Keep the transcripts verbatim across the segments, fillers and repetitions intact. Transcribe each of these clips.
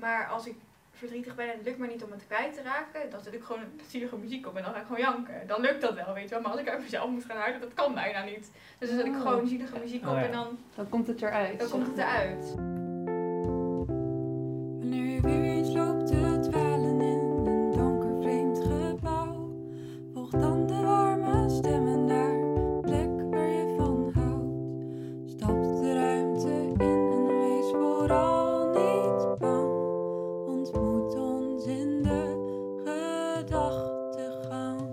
Maar als ik verdrietig ben en het lukt me niet om het kwijt te raken, dan zet ik gewoon een zielige muziek op en dan ga ik gewoon janken. Dan lukt dat wel, weet je wel. Maar als ik uit mezelf moet gaan huilen, dat kan bijna niet. Dus dan zet ik gewoon zielige muziek op oh, ja. en dan... Dan komt het eruit. Dan komt het eruit. Wanneer je weer eens loopt te dwalen in een donker vreemd gebouw, volg dan de warme stemmen naar de plek waar je van houdt. Stap de ruimte in en wees vooral niet bang. Ontmoet ons in de gedachtegang.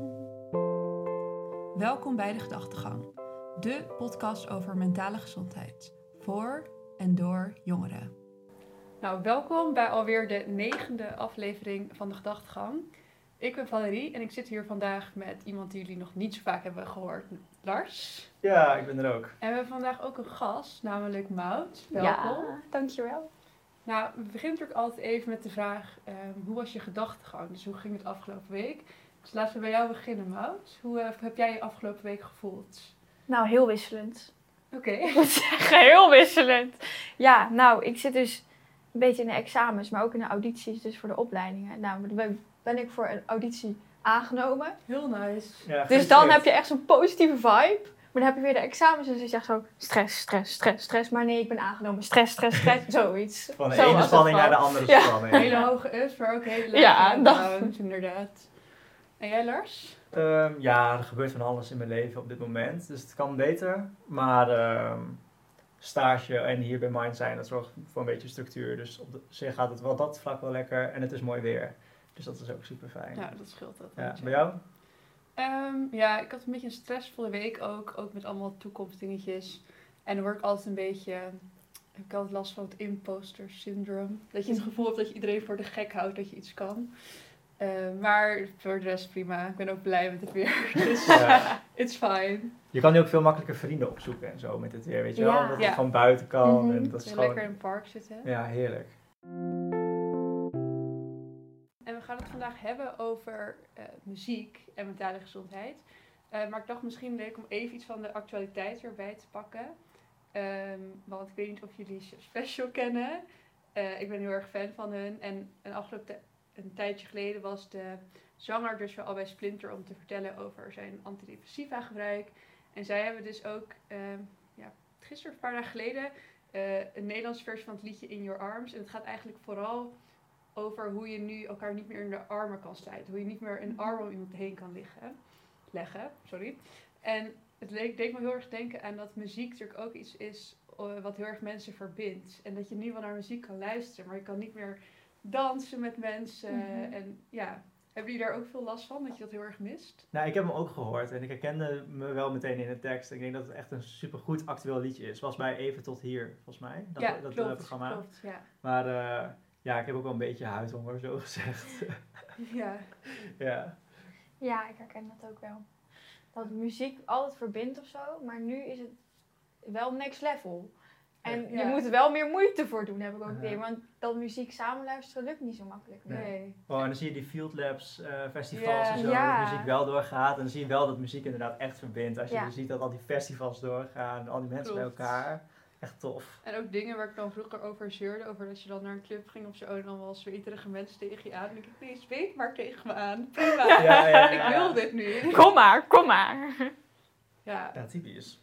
Welkom bij De Gedachtegang, de podcast over mentale gezondheid. Voor en door jongeren. Nou, welkom bij alweer de negende aflevering van De Gedachtegang. Ik ben Valerie en ik zit hier vandaag met iemand die jullie nog niet zo vaak hebben gehoord, Lars. Ja, ik ben er ook. En we hebben vandaag ook een gast, namelijk Maud. Ja, Welkom. dankjewel. Nou, we beginnen natuurlijk altijd even met de vraag, um, hoe was je gedachtegang? Dus hoe ging het afgelopen week? Dus laten we bij jou beginnen, Maud. Hoe uh, heb jij je afgelopen week gevoeld? Nou, heel wisselend. Oké. Okay. Ik moet zeggen, heel wisselend. Ja, nou, ik zit dus een beetje in de examens, maar ook in de audities, dus voor de opleidingen. Nou, ben, ben ik voor een auditie aangenomen. Heel nice. Ja, dus dan heb je echt zo'n positieve vibe. Maar dan heb je weer de examens en dan is je echt zo stress, stress, stress, stress. Maar nee, ik ben aangenomen. Stress, stress, stress. Zoiets. Van de Zo ene was spanning het naar de wel. andere Ja. spanning. Hele hoge ups, maar ook hele Ja, lage dat- downs, inderdaad. En jij, Lars? Um, ja, er gebeurt van alles in mijn leven op dit moment. Dus het kan beter. Maar um, stage en hier bij Mind zijn, dat zorgt voor een beetje structuur. Dus op de, zich gaat het wel dat vlak wel lekker. En het is mooi weer. Dus dat is ook super fijn. Ja, dat scheelt dat. Ja, bij jou? Um, ja, ik had een beetje een stressvolle week ook. Ook met allemaal toekomstdingetjes. En dan word ik altijd een beetje... Heb ik altijd last van het imposter syndrome. Dat je het gevoel hebt dat je iedereen voor de gek houdt dat je iets kan. Uh, maar voor de rest prima. Ik ben ook blij met het weer. Dus Ja. it's fine. Je kan nu ook veel makkelijker vrienden opzoeken en zo met het weer, weet je wel? Ja. Omdat Ja. het van buiten kan. Mhm. En dat is En gewoon... lekker in het park zitten. Ja, heerlijk. En we gaan het vandaag hebben over uh, muziek en mentale gezondheid. Uh, maar ik dacht misschien leuk om even iets van de actualiteit erbij te pakken. Um, want ik weet niet of jullie Chef Special kennen. Uh, ik ben heel erg fan van hun. En een afgelopen een tijdje geleden was de zanger dus wel al bij Splinter om te vertellen over zijn antidepressiva gebruik. En zij hebben dus ook um, ja, gisteren of een paar dagen geleden uh, een Nederlandse versie van het liedje In Your Arms. En het gaat eigenlijk vooral over hoe je nu elkaar niet meer in de armen kan sluiten. Hoe je niet meer een arm om iemand heen kan liggen, leggen. Sorry. En het leek, deed me heel erg denken aan dat muziek natuurlijk ook iets is uh, wat heel erg mensen verbindt. En dat je nu wel naar muziek kan luisteren, maar je kan niet meer dansen met mensen. Mm-hmm. En ja, hebben jullie daar ook veel last van, dat je dat heel erg mist? Nou, ik heb hem ook gehoord en ik herkende me wel meteen in de tekst. Ik denk dat het echt een supergoed actueel liedje is. Was bij Even Tot Hier, volgens mij. Dat, ja, dat klopt, uh, programma. klopt, ja. Maar uh, ja, ik heb ook wel een beetje huidhonger, zo gezegd. Ja. Ja. Ja, ik herken dat ook wel. Dat muziek altijd verbindt of zo, maar nu is het wel next level. En Ja. je moet er wel meer moeite voor doen, heb ik ook Ja. weer. Want dat muziek samen luisteren lukt niet zo makkelijk meer. Nee. Oh, en dan zie je die Field Labs uh, festivals Ja. en zo, Ja. dat muziek wel doorgaat. En dan zie je wel dat muziek inderdaad echt verbindt. Als je Ja. dus ziet dat al die festivals doorgaan, al die mensen Klopt. bij elkaar. Echt tof. En ook dingen waar ik dan vroeger over zeurde, over dat je dan naar een club ging of zo en dan wel zweterige mensen tegen je aan. En ik dacht, nee, zweet maar tegen me aan. Prima. Ja, ja, ja, ja. Ik wil dit nu. Kom maar, kom maar. Ja. Ja, typisch.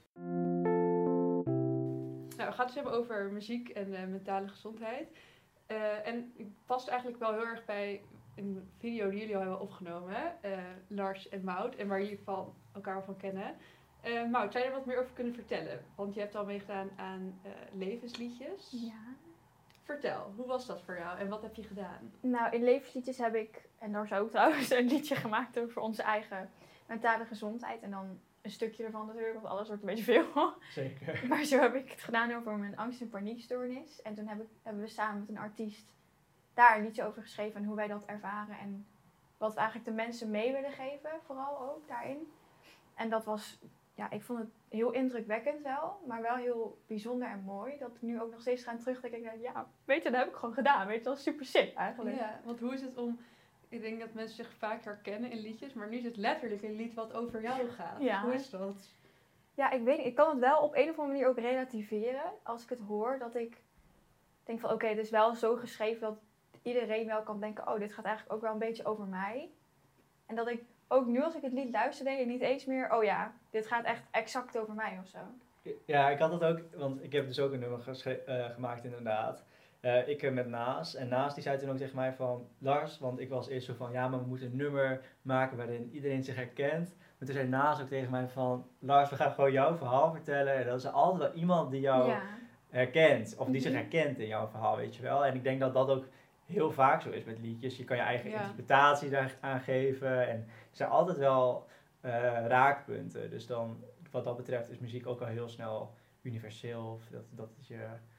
Nou, we gaan het dus hebben over muziek en uh, mentale gezondheid. Uh, en het past eigenlijk wel heel erg bij een video die jullie al hebben opgenomen, uh, Lars en Maud, en waar jullie van elkaar van kennen. Uh, Maud, zou je er wat meer over kunnen vertellen? Want je hebt al meegedaan aan uh, levensliedjes. Ja. Vertel, hoe was dat voor jou en wat heb je gedaan? Nou, in levensliedjes heb ik, en daar is ook trouwens een liedje gemaakt over onze eigen mentale gezondheid. En dan een stukje ervan natuurlijk, want alles wordt een beetje veel. Zeker. Maar zo heb ik het gedaan over mijn angst- en paniekstoornis. En toen heb ik, hebben we samen met een artiest daar een liedje over geschreven en hoe wij dat ervaren. En wat we eigenlijk de mensen mee willen geven, vooral ook daarin. En dat was, ja, ik vond het heel indrukwekkend wel, maar wel heel bijzonder en mooi. Dat ik nu ook nog steeds ga terugdenken. Ik denk, ja, weet je, dat heb ik gewoon gedaan. Weet je, dat is super sick eigenlijk. Ja, want hoe is het om... Ik denk dat mensen zich vaak herkennen in liedjes, maar nu is het letterlijk een lied wat over jou gaat. Ja. Hoe is dat? Ja, ik weet niet. Ik kan het wel op een of andere manier ook relativeren. Als ik het hoor, dat ik denk van oké, okay, het is wel zo geschreven dat iedereen wel kan denken, oh, dit gaat eigenlijk ook wel een beetje over mij. En dat ik ook nu als ik het lied luister, denk ik niet eens meer, oh ja, dit gaat echt exact over mij of zo. Ja, ik had het ook, want ik heb dus ook een nummer gesche- uh, gemaakt inderdaad. Uh, ik uh, met Naas. En Naas die zei toen ook tegen mij van, Lars, want ik was eerst zo van, ja, maar we moeten een nummer maken waarin iedereen zich herkent. Maar toen zei Naas ook tegen mij van, Lars, we gaan gewoon jouw verhaal vertellen. En dat is altijd wel iemand die jou Ja. herkent, of die Mhm. zich herkent in jouw verhaal, weet je wel. En ik denk dat dat ook heel vaak zo is met liedjes. Je kan je eigen Ja. interpretatie daar aan geven. En er zijn altijd wel uh, raakpunten. Dus dan, wat dat betreft, is muziek ook al heel snel universeel. Of dat, dat het je...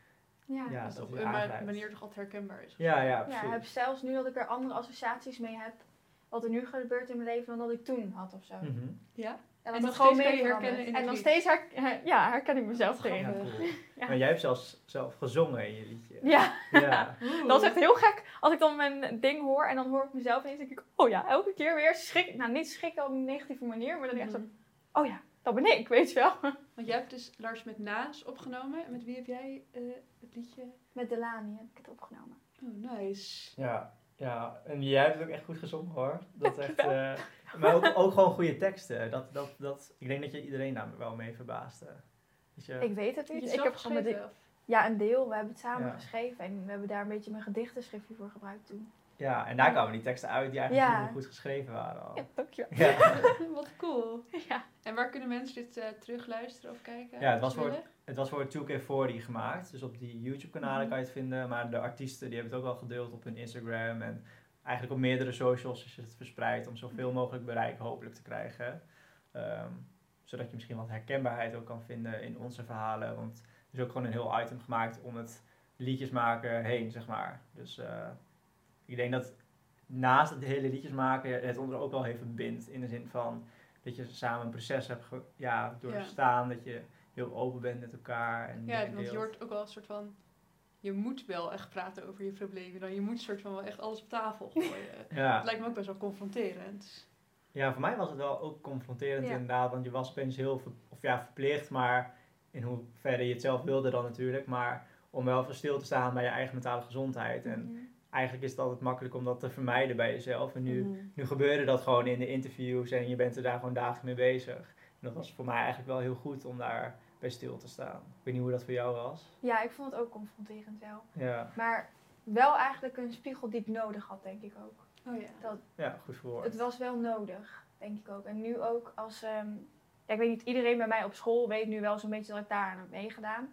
Ja. Ja, Dat dat op je een ma- aangrijpt. manier toch altijd herkenbaar is. Ja, ja, Ja, precies. ik heb zelfs nu dat ik er andere associaties mee heb, wat er nu gebeurt in mijn leven, dan dat ik toen had of zo. Mhm. Ja? En, En dat nog het gewoon steeds kan je mee herkennen verandert. in En het nog lied. steeds her- ja, herken ik mezelf Ja, erin. cool. Ja. Maar jij hebt zelfs zelf gezongen in je liedje. Ja, Ja. dat is echt heel gek. Als ik dan mijn ding hoor en dan hoor ik mezelf ineens, denk ik, oh ja, elke keer weer schrik. Nou, niet schrikken op een negatieve manier, maar dan denk ik echt zo, oh ja, dat ben ik, weet je wel. Want jij hebt dus Lars met Naas opgenomen. En met wie heb jij uh, het liedje? Met Delani heb ik het opgenomen. Oh, nice. Ja, ja, en jij hebt het ook echt goed gezongen hoor. Dat is echt, uh, maar ook, ook gewoon goede teksten. Dat, dat, dat, ik denk dat je iedereen daar wel mee verbaasde. Dus je, Ik weet het Heb je niet. het Ik zelf heb gewoon mijn geschreven? di- ja, een deel. We hebben het samen Ja. geschreven en we hebben daar een beetje mijn gedichtenschriftje voor gebruikt toen. ja, en daar kwamen die teksten uit die eigenlijk Ja. super goed geschreven waren al. Ja, dankjewel. Ja. Wat cool. Ja. En waar kunnen mensen dit uh, terugluisteren of kijken? Ja, het als was ze voor- willen? Het was voor two K forty gemaakt, dus op die YouTube-kanalen Mhm. kan je het vinden. Maar de artiesten die hebben het ook al gedeeld op hun Instagram en eigenlijk op meerdere socials is het verspreid om zoveel mogelijk bereik hopelijk te krijgen. Um, zodat je misschien wat herkenbaarheid ook kan vinden in onze verhalen. Want er is ook gewoon een heel item gemaakt om het liedjes maken heen, zeg maar. Dus uh, ik denk dat naast het hele liedjes maken het onder ook wel heel verbindt. In de zin van dat je samen een proces hebt ge- ja, doorstaan, dat je heel open bent met elkaar. En Ja, dingen want je deelt. hoort ook wel een soort van... Je moet wel echt praten over je problemen. Dan je moet soort van wel echt alles op tafel gooien. Ja. Het lijkt me ook best wel confronterend. Ja, voor mij was het wel ook confronterend Ja. inderdaad, want je was opeens heel ver- of ja, verplicht, maar in hoeverre je het zelf wilde dan natuurlijk, maar om wel even stil te staan bij je eigen mentale gezondheid. En Mhm. eigenlijk is het altijd makkelijk om dat te vermijden bij jezelf. En nu, Mhm. nu gebeurde dat gewoon in de interviews en je bent er daar gewoon dagen mee bezig. En dat was voor mij eigenlijk wel heel goed om daar bij stil te staan. Ik weet niet hoe dat voor jou was. Ja, ik vond het ook confronterend wel. Ja, Maar wel eigenlijk een spiegel die ik nodig had, denk ik ook. Oh ja. Dat, ja goed verwoord. het was wel nodig, denk ik ook. En nu ook als... ehm, ja, ik weet niet, iedereen bij mij op school weet nu wel zo'n beetje dat ik daar aan heb meegedaan.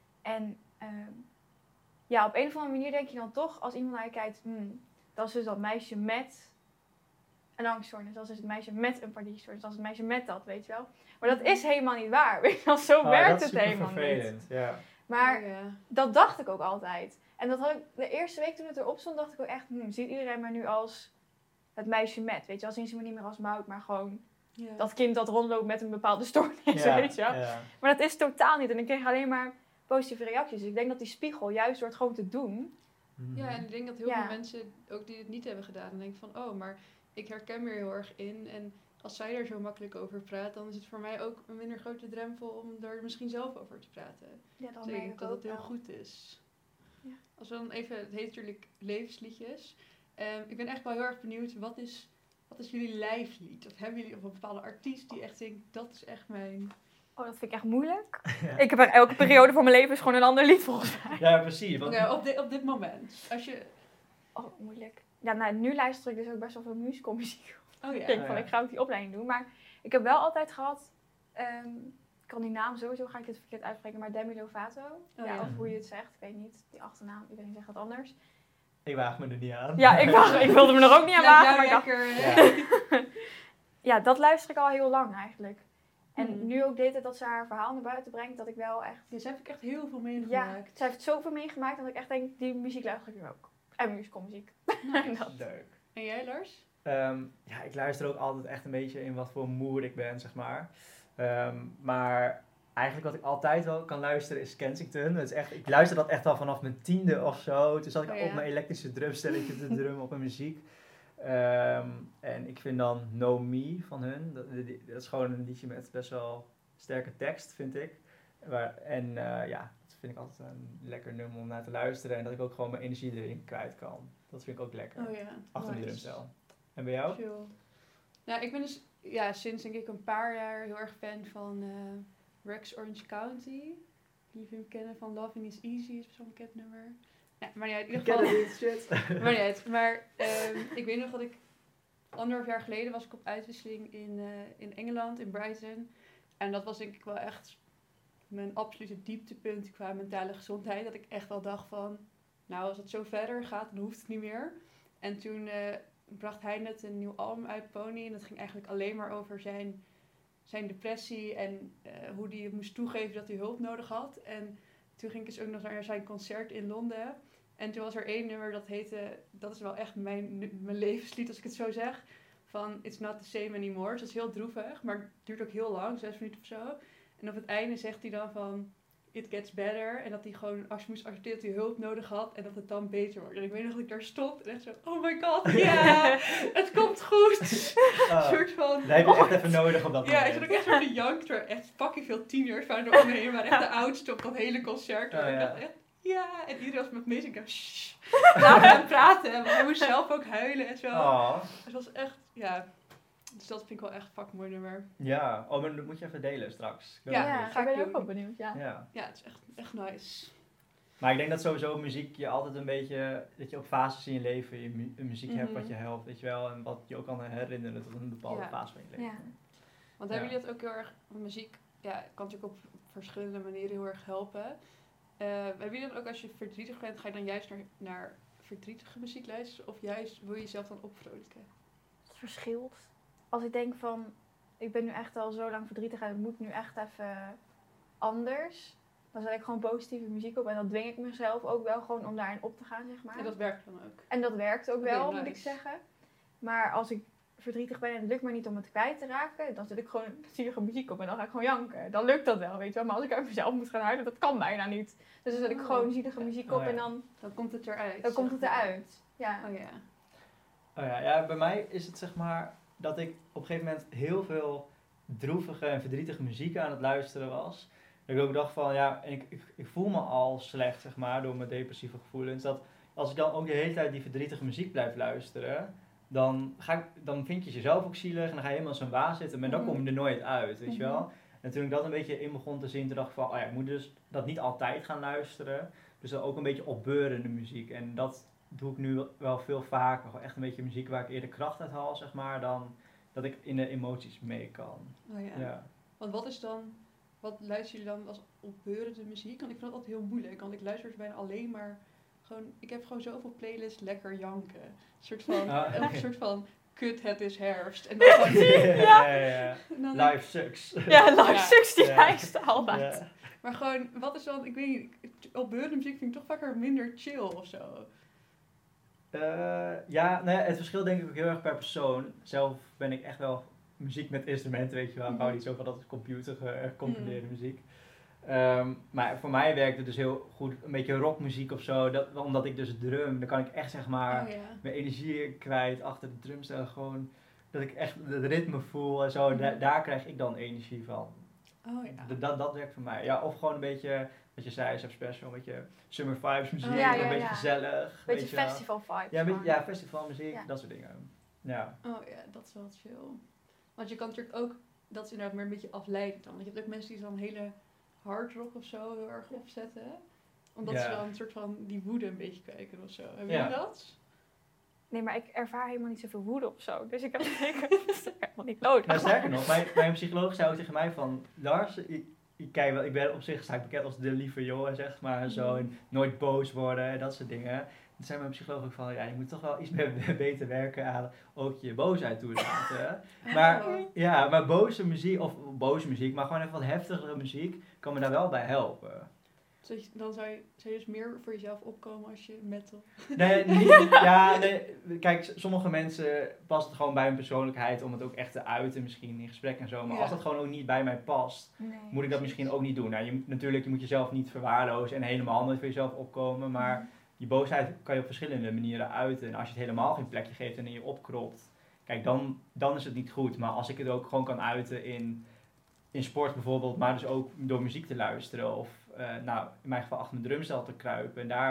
En ehm, ja, op een of andere manier denk je dan toch, als iemand naar je kijkt... Hmm, dat is dus dat meisje met een angststoornis. Dat is dus het meisje met een paniekstoornis. Dat is het meisje met dat, weet je wel. Maar dat is helemaal niet waar, weet je wel. Zo Oh, werkt dat is het super helemaal niet. vervelend. Ja. Maar Oh ja. dat dacht ik ook altijd. En dat had ik de eerste week toen het erop stond, dacht ik ook echt, hm, ziet iedereen mij nu als het meisje met, weet je wel, zien ze me niet meer als Maud, maar gewoon Ja. dat kind dat rondloopt met een bepaalde stoornis, Ja, weet je wel. ja. Maar dat is totaal niet en ik kreeg alleen maar positieve reacties. Dus ik denk dat die spiegel, juist door het gewoon te doen, Mhm. Ja, en ik denk dat heel Ja. veel mensen, ook die het niet hebben gedaan, dan denken van, oh, maar ik herken me er heel erg in. En als zij er zo makkelijk over praat, dan is het voor mij ook een minder grote drempel om er misschien zelf over te praten. ja, dan Dus ik merk denk ik dat ook het heel wel. goed is. Ja. Als we dan even, het heet natuurlijk levensliedjes. Ehm, ik ben echt wel heel erg benieuwd, wat is, wat is jullie lijflied? Of hebben jullie of een bepaalde artiest die echt denkt, dat is echt mijn... Oh, dat vind ik echt moeilijk. Ja. Ik heb er elke periode van mijn leven is gewoon een ander lied volgens mij. Ja, precies. Want, Oké, op, dit, op dit moment. Als je... Oh, moeilijk. Ja, nou, nu luister ik dus ook best wel veel musical muziek. Oh ja. Ik denk Oh, van, ja. ik ga ook die opleiding doen. Maar ik heb wel altijd gehad, ehm, ik kan die naam sowieso, ga ik dit verkeerd uitspreken, maar Demi Lovato. Oh, ja, ja. of hoe je het zegt, ik weet niet. Die achternaam, iedereen zegt het anders. ik waag me er niet aan. Ja, ik, wou, ik wilde me er ook niet aan Lijkt wagen, jou maar ik dacht, lekker... Ja. ja, dat luister ik al heel lang eigenlijk. En Hmm. nu ook dit, dat ze haar verhaal naar buiten brengt, dat ik wel echt... Ja, ze heb ik echt heel veel Ja, meegemaakt. ze heeft zoveel meegemaakt dat ik echt denk, die muziek luister ik nu ook. En musicalmuziek. Nice. Leuk. En jij, Lars? Ehm, ja, ik luister ook altijd echt een beetje in wat voor mood ik ben, zeg maar. Ehm, maar eigenlijk wat ik altijd wel kan luisteren is Kensington. Dat is echt, ik luister dat echt al vanaf mijn tiende of zo. Toen zat ik Oh, al ja. op mijn elektrische drumstelletje te drummen op mijn muziek. Ehm, en ik vind dan No Me van hun. Dat, die- dat is gewoon een liedje met best wel sterke tekst, vind ik. Waar, en eh, ja, dat vind ik altijd een lekker nummer om naar te luisteren. En dat ik ook gewoon mijn energie erin kwijt kan. Dat vind ik ook lekker. Oh ja. Achter de nice. drumstel. En bij jou? Chill. Nou, ik ben dus ja, sinds denk ik een paar jaar heel erg fan van uh, Rex Orange County. Jullie hem kennen van Loving is Easy, is zo'n bekend nummer. Ja, maar niet uit, in Ik ieder ken geval. het niet, shit. Maar niet uit. Maar um, ik weet nog dat ik anderhalf jaar geleden was ik op uitwisseling in, uh, in Engeland, in Brighton. En dat was denk ik wel echt mijn absolute dieptepunt qua mentale gezondheid. Dat ik echt al dacht van, nou als het zo verder gaat, dan hoeft het niet meer. En toen uh, bracht hij net een nieuw album uit, Pony. En dat ging eigenlijk alleen maar over zijn, zijn depressie en uh, hoe hij moest toegeven dat hij hulp nodig had. En toen ging ik dus ook nog naar zijn concert in Londen. En toen was er één nummer dat heette, dat is wel echt mijn, mijn levenslied als ik het zo zeg, van It's Not The Same Anymore. Dus dat is heel droevig, maar het duurt ook heel lang, zes minuten of zo. En op het einde zegt hij dan van It Gets Better. En dat hij gewoon als je moest accepteren dat hij hulp nodig had en dat het dan beter wordt. En ik weet nog dat ik daar stond en echt zo, oh my god, ja, yeah, het komt goed. Oh, Een soort van, dat heb je echt even nodig op dat ja, moment. ik zat ook echt zo te janken, terwijl echt fucking veel tieners waren er om me heen, maar echt de oudste op dat hele concert. Oh, En ik ja. dacht echt, ja, en iedereen was met me bezig. Ik dacht, shh, laat hem praten. Want hij moest zelf ook huilen en zo. Oh, Het was echt, ja, dus dat vind ik wel echt fucking mooi nummer. ja. Oh, maar dat moet je even delen straks. Ik ben Ja, wel Ja, benieuwd. ga ik ik ben ook doen. wel benieuwd, ja. Ja. Ja, het is echt, echt nice. Maar ik denk dat sowieso muziek je altijd een beetje, dat je op fases in je leven je mu- een muziek hebt Mhm. wat je helpt, weet je wel. En wat je ook kan herinneren tot een bepaalde Ja. fase van je leven. Ja. Want Ja. hebben jullie dat ook heel erg, muziek, ja, kan natuurlijk op verschillende manieren heel erg helpen. Uh, hebben jullie dan ook als je verdrietig bent, ga je dan juist naar, naar verdrietige muziek luisteren? Of juist wil je jezelf dan opvrolijken? Het verschilt. Als ik denk van, ik ben nu echt al zo lang verdrietig en het moet nu echt even anders. Dan zet ik gewoon positieve muziek op en dan dwing ik mezelf ook wel gewoon om daarin op te gaan, zeg maar. En dat werkt dan ook. En dat werkt ook Oké, wel, nice. moet ik zeggen. Maar als ik verdrietig ben en het lukt me niet om het kwijt te raken, dan zet ik gewoon plezierige muziek op en dan ga ik gewoon janken. Dan lukt dat wel, weet je wel. Maar als ik uit mezelf moet gaan huilen, dat kan bijna niet. Dus dan zet ik Oh. gewoon zielige muziek op Oh, ja. en dan, Dan komt het eruit. dan komt zeg het maar. eruit. Ja. Oh ja. Oh ja, ja, bij mij is het zeg maar dat ik op een gegeven moment heel veel droevige en verdrietige muziek aan het luisteren was. Dat ik ook dacht van, ja, en ik, ik, ik voel me al slecht, zeg maar, door mijn depressieve gevoelens. Dat als ik dan ook de hele tijd die verdrietige muziek blijf luisteren, dan, ga ik, dan vind je jezelf ook zielig en dan ga je helemaal in zo'n waas zitten. Maar dan Mhm. kom je er nooit uit, weet je Mhm. wel. En toen ik dat een beetje in begon te zien, toen dacht ik van, oh ja, ik moet dus dat niet altijd gaan luisteren. Dus dan ook een beetje opbeurende muziek. En dat doe ik nu wel veel vaker. Gewoon echt een beetje muziek waar ik eerder kracht uit haal, zeg maar, dan dat ik in de emoties mee kan. Oh ja. Ja. Want wat is dan, wat luisteren jullie dan als opbeurende muziek? Want ik vind dat altijd heel moeilijk, want ik luister dus bijna alleen maar gewoon, ik heb gewoon zoveel playlists lekker janken. Een soort van, Ah, een oké. soort van, kut, het is herfst. En dan gewoon, ja, ja, ja. en dan- Life sucks. Ja, live Ja. sucks die Ja. lijst altijd. Ja. maar gewoon, wat is dan, ik weet niet, opbeurende muziek vind ik toch vaker minder chill of zo. Eh, ja, nee, het verschilt denk ik ook heel erg per persoon. Zelf ben ik echt wel muziek met instrumenten, weet je wel. Ik hou Mhm. niet zo van dat computer gecomponeerde Mhm. muziek. Ehm, maar voor mij werkt het dus heel goed, een beetje rockmuziek of zo. Dat, omdat ik dus drum, dan kan ik echt zeg maar Oh ja. mijn energie kwijt achter de drumstel. Gewoon dat ik echt het ritme voel en zo. Mhm. Da- daar krijg ik dan energie van. Oh ja. D- dat, dat werkt voor mij. Ja, of gewoon een beetje, wat je zei, Sub Special, een beetje summer vibes muziek, Oh, ja, een ja, beetje ja. gezellig. Beetje weet je wel. festival vibes. Ja, een beetje- gewoon. ja, festivalmuziek, Ja. dat soort dingen. Ja. Oh ja, dat is wel chill. Want je kan natuurlijk ook, dat is inderdaad meer een beetje afleidend dan. Want je hebt ook mensen die dan hele hard rock of zo heel erg opzetten. Omdat Ja. ze dan een soort van die woede een beetje kijken of zo. Hebben Ja. jullie dat? Nee, maar ik ervaar helemaal niet zoveel woede of zo. Dus ik heb het helemaal niet nodig. Nou, sterker nog, mijn, mijn psycholoog zei ook tegen mij van, Lars, ik, ik, kijk wel, ik ben op zich sta ik bekend als de lieve jongen, zeg maar, en zo, en nooit boos worden en dat soort dingen. Toen zei mijn psycholoog ook van, ja, je moet toch wel iets meer beter werken aan ook je boosheid toelaten. Maar Oh. ja, maar boze muziek, of boze muziek, maar gewoon even wat heftigere muziek, kan me daar wel bij helpen. Dus dan zou je, zou je dus meer voor jezelf opkomen als je metal... Nee, niet, ja, nee, kijk, sommige mensen past het gewoon bij hun persoonlijkheid om het ook echt te uiten, misschien in gesprek en zo. Maar Ja. als dat gewoon ook niet bij mij past, Nee, moet ik dat misschien ook niet doen. Nou, je, moet- natuurlijk, je moet jezelf niet verwaarlozen en helemaal nooit voor jezelf opkomen, maar die boosheid kan je op verschillende manieren uiten. En als je het helemaal geen plekje geeft en in je opkropt, kijk, dan, dan is het niet goed. Maar als ik het ook gewoon kan uiten in, in sport bijvoorbeeld, maar dus ook door muziek te luisteren of, eh, nou, in mijn geval achter mijn drumstel te kruipen en daar, of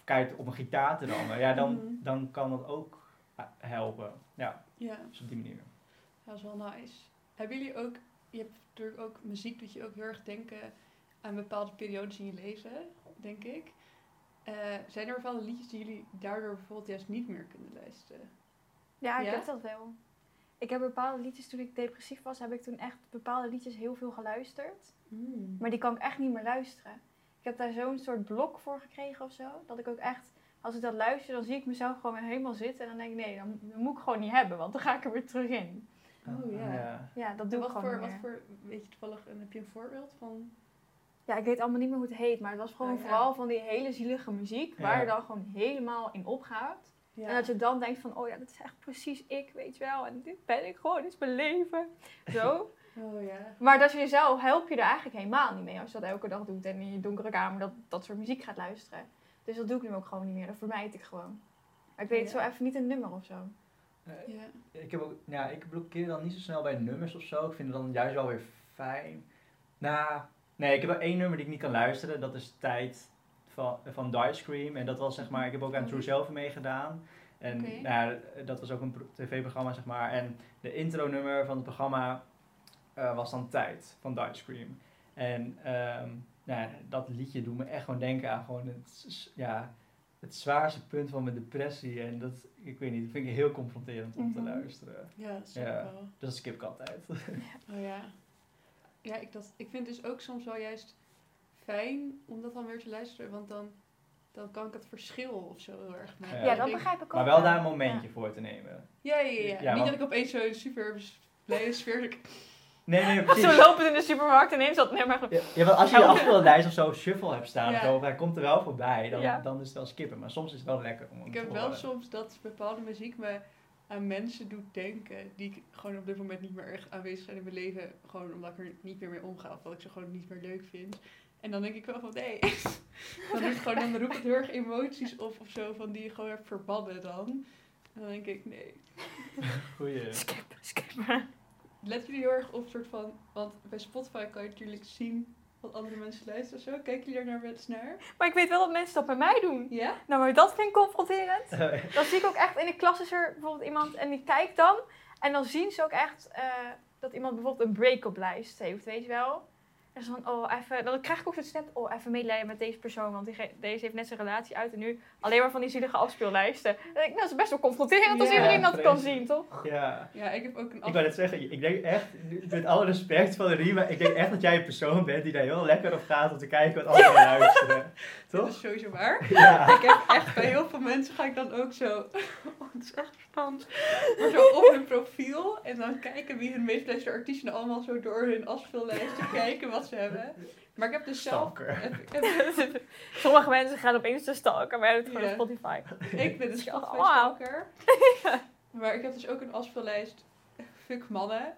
kijk op een gitaar te rammen, ja, dan, Mhm. dan kan dat ook uh, helpen. Ja, Ja, dus op die manier. dat is wel nice. Hebben jullie ook, je hebt natuurlijk ook muziek, dat je ook heel erg denken aan bepaalde periodes in je leven, denk ik. Uh, zijn er bepaalde liedjes die jullie daardoor bijvoorbeeld juist niet meer kunnen luisteren? Ja, ik Ja? heb dat wel. Ik heb bepaalde liedjes, toen ik depressief was, heb ik toen echt bepaalde liedjes heel veel geluisterd. Mm. Maar die kan ik echt niet meer luisteren. Ik heb daar zo'n soort blok voor gekregen of zo. Dat ik ook echt, als ik dat luister, dan zie ik mezelf gewoon weer helemaal zitten. En dan denk ik, nee, dan, dat moet ik gewoon niet hebben, want dan ga ik er weer terug in. Oh, ja. ja. Ja, dat En doe ik wat gewoon voor, niet wat meer. voor, weet je toevallig, en heb je een voorbeeld van? Ja, ik weet allemaal niet meer hoe het heet, maar het was gewoon Oh, ja. vooral van die hele zielige muziek, waar Ja. je dan gewoon helemaal in opgaat. Ja. En dat je dan denkt van, oh ja, dat is echt precies ik, weet je wel. En dit ben ik gewoon, dit is mijn leven. Zo. Oh ja. Maar dat je jezelf help je er eigenlijk helemaal niet mee als je dat elke dag doet en in je donkere kamer dat, dat soort muziek gaat luisteren. Dus dat doe ik nu ook gewoon niet meer, dat vermijd ik gewoon. Maar ik weet Ja. zo even niet een nummer of zo. Eh, Ja. Ik, heb ook, ja, ik blokkeer dan niet zo snel bij nummers of zo. Ik vind het dan juist wel weer fijn. Nou, nee, ik heb wel één nummer die ik niet kan luisteren. Dat is Tijd van, van Dice Cream. En dat was zeg maar, ik heb ook aan True Selfie meegedaan. En Oké. nou, dat was ook een pro- tv-programma zeg maar. En de intro-nummer van het programma eh, was dan Tijd van Dice Cream. En ehm, nou, dat liedje doet me echt gewoon denken aan gewoon het, s- ja, het zwaarste punt van mijn depressie. En dat, ik weet niet, dat vind ik heel confronterend om te Mhm. luisteren. Ja, dat snap Ja. ik wel. Dus dat skip ik altijd. Oh ja. Ja, ik, dat, ik vind dus ook soms wel juist fijn om dat dan weer te luisteren, want dan, dan kan ik het verschil of zo heel erg maken. Ja. Ja, Ik dat denk- begrijp ik ook. Maar wel wel. daar een momentje voor te nemen. Ja, ja, ja. Ja, Niet want- dat ik opeens zo'n super blije sfeer... Nee, nee, Ja. precies. Zo lopend in de supermarkt en ineens dat nummer. Ja, ja, want als je je afspeellijst of zo shuffle hebt staan, Ja. of zo, of hij komt er wel voorbij, dan, Ja. dan is het wel skippen. Maar soms is het wel lekker om hem Ik te heb wel horen. soms dat bepaalde muziek me aan mensen doet denken die ik gewoon op dit moment niet meer echt aanwezig zijn in mijn leven. Gewoon omdat ik er niet meer mee omga of dat ik ze gewoon niet meer leuk vind. En dan denk ik wel van nee, dan, doe ik gewoon, dan roep ik heel erg emoties op of zo van die je gewoon hebt verbannen dan. En dan denk ik nee. Goeie. Skip, skip. Let jullie heel erg op soort van, want bij Spotify kan je natuurlijk zien wat andere mensen luisteren of zo. Kijken jullie daar naar eens naar? Maar ik weet wel dat mensen dat bij mij doen. Ja? Nou, maar dat vind ik confronterend. Dan zie ik ook echt in de klas is er bijvoorbeeld iemand en die kijkt dan. En dan zien ze ook echt eh, dat iemand bijvoorbeeld een break-up lijst heeft, weet je wel. En zo van, oh, even, dan krijg ik ook zo'n snap, oh, even medelijden met deze persoon, want die, ge- deze heeft net zijn relatie uit en nu alleen maar van die zielige afspeellijsten. Dan denk ik, nou, dat is best wel confronterend als Ja, iedereen dat kan vreselijk. zien, toch? Ja. Ja, ik heb ook een Ik wou net zeggen, ik denk echt, met alle respect van Rima, ik denk echt dat jij een persoon bent die daar heel lekker op gaat om te kijken wat anderen luisteren. Dit Toch? is sowieso waar. Ja. Ik heb echt bij heel veel mensen ga ik dan ook zo. Oh, het is echt verstand. Maar zo op hun profiel en dan kijken wie hun meest beluisterde artiesten nou allemaal zo door hun afspeellijsten kijken wat ze hebben. Maar ik heb dus zelf. Stalker. heb- heb- Sommige mensen gaan opeens te stalken, maar jij doet het gewoon Ja. op Spotify. ik ben een Spotify Wauw. stalker. Maar ik heb dus ook een afspeellijst. Fuck mannen.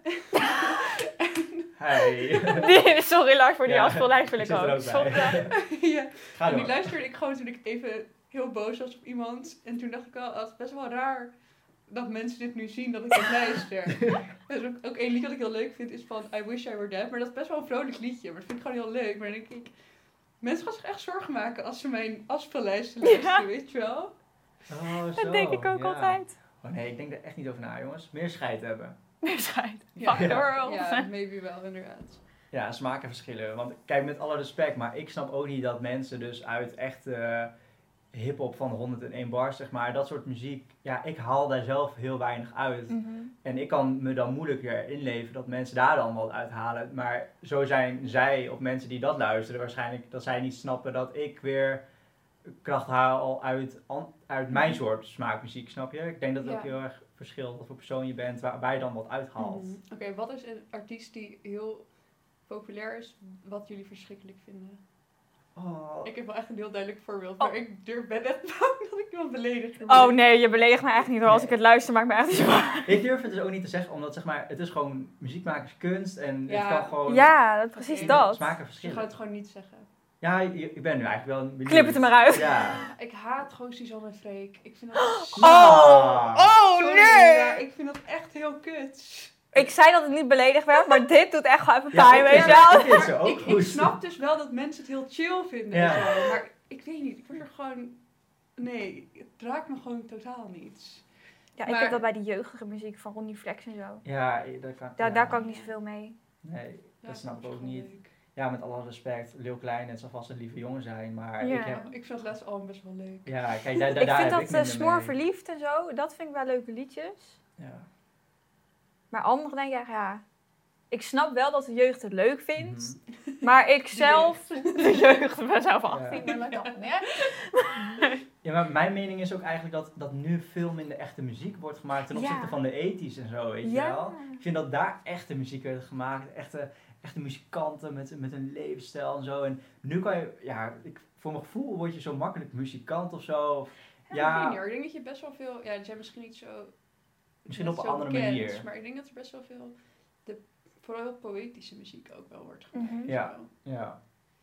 Hey. Die- Sorry Lars, voor die Ja, afspeellijst wil ik ik zit er ook. ook bij. Sorry. Ja. Ga En die door. luisterde ik gewoon toen ik even heel boos was op iemand. En toen dacht ik wel, oh, het is best wel raar dat mensen dit nu zien, dat ik het luister. Dus ook, ook één liedje dat ik heel leuk vind is van I Wish I Were Dead. Maar dat is best wel een vrolijk liedje, maar dat vind ik gewoon heel leuk. Maar dan denk ik, mensen gaan zich echt zorgen maken als ze mijn afspeellijsten luisteren, Ja. weet je wel? Oh, Dat zo, denk ik ook ja. altijd. Oh nee, ik denk er echt niet over na, jongens. Meer scheid hebben. Meer schijt. Ja. Fuck the world. Ja, maybe wel, inderdaad. Ja, smaken verschillen. Want kijk, met alle respect, maar ik snap ook niet dat mensen dus uit echt eh hip-hop van honderdéén bars, zeg maar, dat soort muziek, ja, ik haal daar zelf heel weinig uit. Mhm. En ik kan me dan moeilijker inleven dat mensen daar dan wat uithalen. Maar zo zijn zij, of mensen die dat luisteren, waarschijnlijk dat zij niet snappen dat ik weer kracht haal uit, an- uit mijn soort smaakmuziek, snap je? Ik denk dat het Ja. ook heel erg verschilt wat voor persoon je bent, waar, waar je dan wat uithaalt. Mhm. Oké, wat is een artiest die heel populair is, wat jullie verschrikkelijk vinden? Oh. Ik heb wel echt een heel duidelijk voorbeeld, Oh. maar ik durf ben net bang dat ik iemand beledig. Oh nee, je beledigt me echt niet hoor. Als ik het luister, maakt me echt niet zo. Ik durf het dus ook niet te zeggen, omdat zeg maar, het is gewoon muziekmakerskunst en Ja. het kan gewoon Ja, dat, precies Oké, dat. smaken Dus je verschillen. gaat het gewoon niet zeggen. Ja, je- ik ben nu eigenlijk wel benieuwd. Knip het er maar uit. Ja. Ik haat gewoon Suzanne en Freek. Ik vind dat Oh, oh Sorry, nee! ja, ik vind dat echt heel kut. Ik zei dat het niet beledigd werd, maar dit doet echt gewoon even Ja, pijn, ik weet vind- je wel. ik vind ze ook Ik, ik goed. snap dus wel dat mensen het heel chill vinden Ja. en zo, maar ik weet niet, ik word er gewoon... Nee, het raakt me gewoon totaal niet. Ja, ik Maar- heb dat bij die jeugdige muziek van Ronnie Flex en zo. Ja, daar kan, Daar, ja. daar kan ik niet zoveel mee. Nee, Ja, dat snap ik is ook gewoon niet. leuk. Ja, met alle respect, Leeuw Klein, het zal vast een lieve jongen zijn, maar Ja. ik heb... Ik vind het laatste album best wel leuk. Ja, kijk, daar, daar, Ik daar vind heb dat ik uh, minder Smoor mee. Verliefd en zo, dat vind ik wel leuke liedjes. Ja. Maar anderen denk ik, echt, ja... Ik snap wel dat de jeugd het leuk vindt. Mhm. Maar ik zelf... De jeugd, ik ben zelf achttien, Ja. maar dat kan niet. Ja, maar mijn mening is ook eigenlijk dat, dat nu veel minder echte muziek wordt gemaakt ten Ja. opzichte van de ethisch en zo, weet je Ja. wel. Ik vind dat daar echte muziek werd gemaakt, echte, echte muzikanten met, met een levensstijl en zo. En nu kan je, ja, ik, voor mijn gevoel word je zo makkelijk muzikant of zo. Of, Ja, ja, ik weet niet hoor. Ik denk dat je best wel veel... Ja, die zijn misschien niet zo... misschien net op een zo andere bekend, manier. Maar ik denk dat er best wel veel... De, vooral heel poëtische muziek ook wel wordt gemaakt. Mhm. Ja. zo. Ja.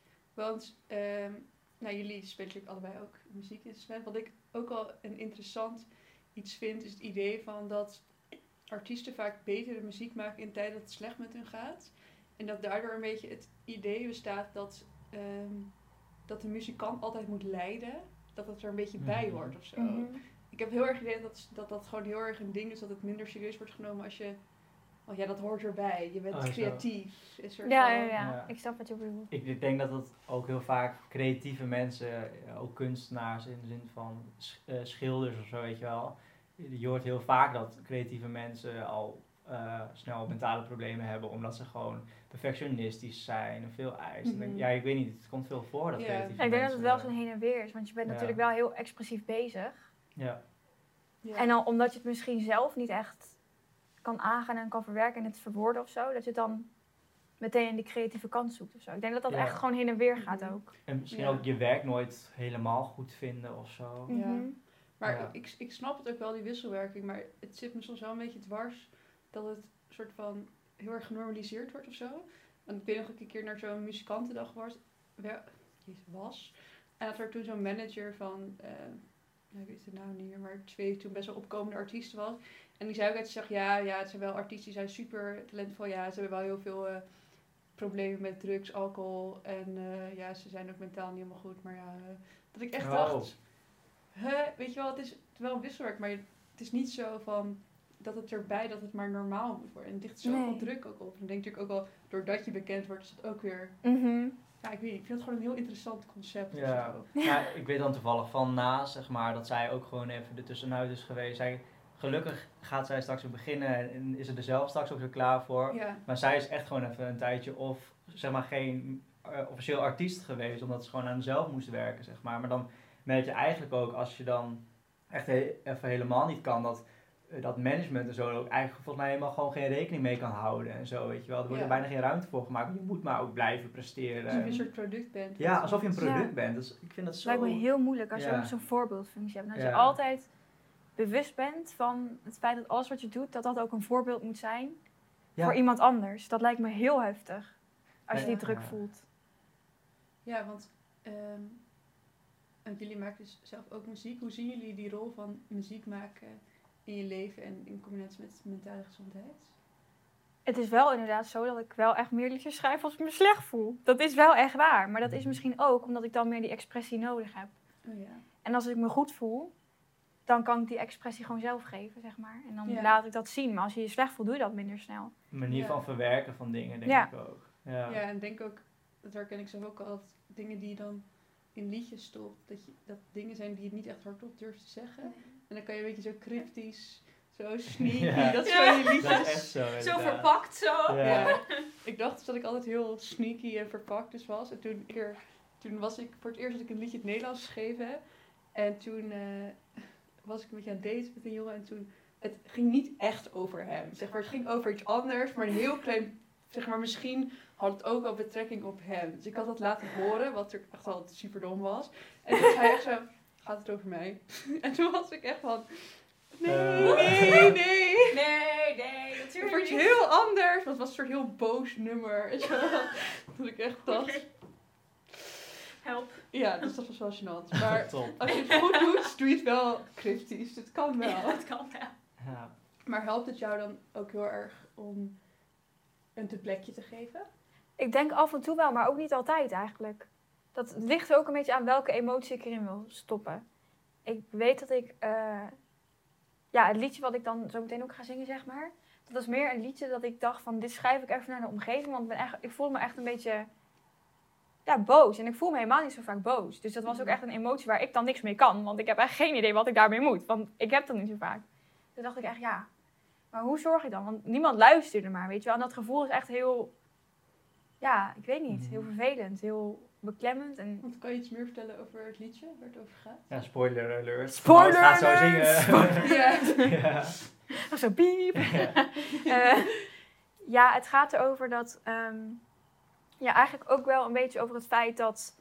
Want, ehm, nou, jullie spelen natuurlijk allebei ook muziekinstrument. Wat ik ook al een interessant iets vind, is het idee van dat artiesten vaak betere muziek maken in tijden dat het slecht met hun gaat. En dat daardoor een beetje het idee bestaat dat, ehm, dat de muzikant altijd moet lijden. Dat dat er een beetje bij Mhm. hoort of zo. Mhm. Ik heb heel erg het idee dat, dat dat gewoon heel erg een ding is, dat het minder serieus wordt genomen als je... Oh ja, dat hoort erbij. Je bent Oh, zo. creatief. Is er Ja, van- ja, ja, Ja. ik snap wat je bedoelt. Ik, ik denk dat het ook heel vaak creatieve mensen, ja, ook kunstenaars in de zin van sch- eh, schilders of zo, weet je wel. Je hoort heel vaak dat creatieve mensen al eh, snel mentale problemen hebben omdat ze gewoon perfectionistisch zijn en veel eisen. Mhm. Ja, ik weet niet, het komt veel voor dat Ja. creatieve Ja, ik denk dat mensen... het wel zo'n heen en weer is, want je bent Ja. natuurlijk wel heel expressief bezig. Ja, Ja. En dan omdat je het misschien zelf niet echt kan aangaan en kan verwerken en het verwoorden of zo, dat je het dan meteen in die creatieve kant zoekt of zo. Ik denk dat dat Ja. echt gewoon heen en weer gaat Mhm. ook. en misschien Ja. ook je werk nooit helemaal goed vinden of zo. Ja. Mhm. Maar Ja. ik, ik snap het ook wel, die wisselwerking. Maar het zit me soms wel een beetje dwars dat het soort van heel erg genormaliseerd wordt of zo. Want ik weet nog dat ik een keer naar zo'n muzikantendag was. wel- Jezus, was. En dat er toen zo'n manager van, eh, nou, ik weet de naam niet meer, maar twee toen best wel opkomende artiesten was. En die zei ook uit, ze zegt, ja, ja, het zijn wel artiesten die zijn super talentvol. Ja, ze hebben wel heel veel eh, problemen met drugs, alcohol. En eh, ja, ze zijn ook mentaal niet helemaal goed. Maar ja, eh, dat ik echt Oh. dacht... Huh, weet je wel, het is wel een wisselwerk, maar het is niet zo van dat het erbij dat het maar normaal moet worden. En het ligt zoveel Nee. druk ook op. En ik denk natuurlijk ook wel, doordat je bekend wordt, is het ook weer... Mhm. Ja, ik weet niet, ik vind het gewoon een heel interessant concept. Ja. Of zo. Ja, ik weet dan toevallig van Naas, zeg maar, dat zij ook gewoon even ertussenuit is geweest. Zij, gelukkig gaat zij straks weer beginnen en is ze er zelf straks ook weer klaar voor. Ja. Maar zij is echt gewoon even een tijdje of zeg maar geen eh, officieel artiest geweest, omdat ze gewoon aan zichzelf moest werken, zeg maar. Maar dan merk je eigenlijk ook, als je dan echt he- even helemaal niet kan, dat, eh, dat management en zo ook eigenlijk volgens mij helemaal gewoon geen rekening mee kan houden en zo, weet je wel. Er wordt Ja. er bijna geen ruimte voor gemaakt, je moet maar ook blijven presteren. Alsof je een soort product bent. Ja, alsof je een product Ja. bent. Dus ik vind dat Het zo... lijkt me heel moeilijk als je Ja. ook zo'n voorbeeldfunctie hebt. En als Ja. je altijd bewust bent van het feit dat alles wat je doet, dat dat ook een voorbeeld moet zijn Ja. voor iemand anders. Dat lijkt me heel heftig als je Ja. die druk Ja. voelt. Ja, want ehm, want jullie maken dus zelf ook muziek. Hoe zien jullie die rol van muziek maken in je leven en in combinatie met mentale gezondheid? Het is wel inderdaad zo dat ik wel echt meer liedjes schrijf als ik me slecht voel. Dat is wel echt waar. Maar dat is misschien ook omdat ik dan meer die expressie nodig heb. Oh ja. En als ik me goed voel, dan kan ik die expressie gewoon zelf geven, zeg maar. En dan Ja. laat ik dat zien. Maar als je je slecht voelt, doe je dat minder snel. Een manier Ja. van verwerken van dingen, denk Ja. ik ook. Ja. Ja, en denk ook, dat herken ik zelf ook al, dat dingen die je dan in liedjes stopt, dat, je, dat dingen zijn die je niet echt hardop durft te zeggen. En dan kan je een beetje zo cryptisch, zo sneaky, Ja. dat is Ja. van je Dat liedjes. is echt zo, Zo inderdaad. verpakt, zo. Ja. Ja. Ik dacht dus dat ik altijd heel sneaky en verpakt dus was. En toen, eer, toen was ik voor het eerst dat ik een liedje in het Nederlands geschreven heb. En toen eh, was ik een beetje aan het daten met een jongen. En toen, het ging niet echt over hem. Zeg maar, het ging over iets anders, maar een heel klein, zeg maar, misschien had het ook wel betrekking op hem. Dus ik had dat laten horen, wat er echt al super dom was. En toen zei hij echt zo, gaat het over mij? En toen was ik echt van, nee, Eh. nee, nee. Nee, nee, Het natuurlijk wordt niet. heel anders, want het was een soort heel boos nummer. Weet je wel. Dat ik echt dacht. Help. Ja, dus dat was wel gênant. Maar Top. als je het goed doet, doe je het wel cryptisch. Het kan wel. Ja, dat kan wel. Ja. Maar helpt het jou dan ook heel erg om een te plekje te geven? Ik denk af en toe wel, maar ook niet altijd eigenlijk. Dat ligt er ook een beetje aan welke emotie ik erin wil stoppen. ik weet dat ik... eh, ja, het liedje wat ik dan zo meteen ook ga zingen, zeg maar. Dat was meer een liedje dat ik dacht van... Dit schrijf ik even naar de omgeving. Want ik, ben echt, ik voelde me echt een beetje... Ja, boos. En ik voel me helemaal niet zo vaak boos. Dus dat was ook echt een emotie waar ik dan niks mee kan. Want ik heb echt geen idee wat ik daarmee moet. Want ik heb dat niet zo vaak. Toen dacht ik echt, ja... Maar hoe zorg ik dan? Want niemand luisterde maar, weet je wel. En dat gevoel is echt heel... Ja, ik weet niet. Heel vervelend. Heel beklemmend. En... Want kan je iets meer vertellen over het liedje waar het over gaat? Ja, spoiler alert. Spoiler Maar het gaat zo alert! zingen. Ja. Ja. Oh, zo piep. Ja. Eh, ja, het gaat erover dat... ehm, ja, eigenlijk ook wel een beetje over het feit dat...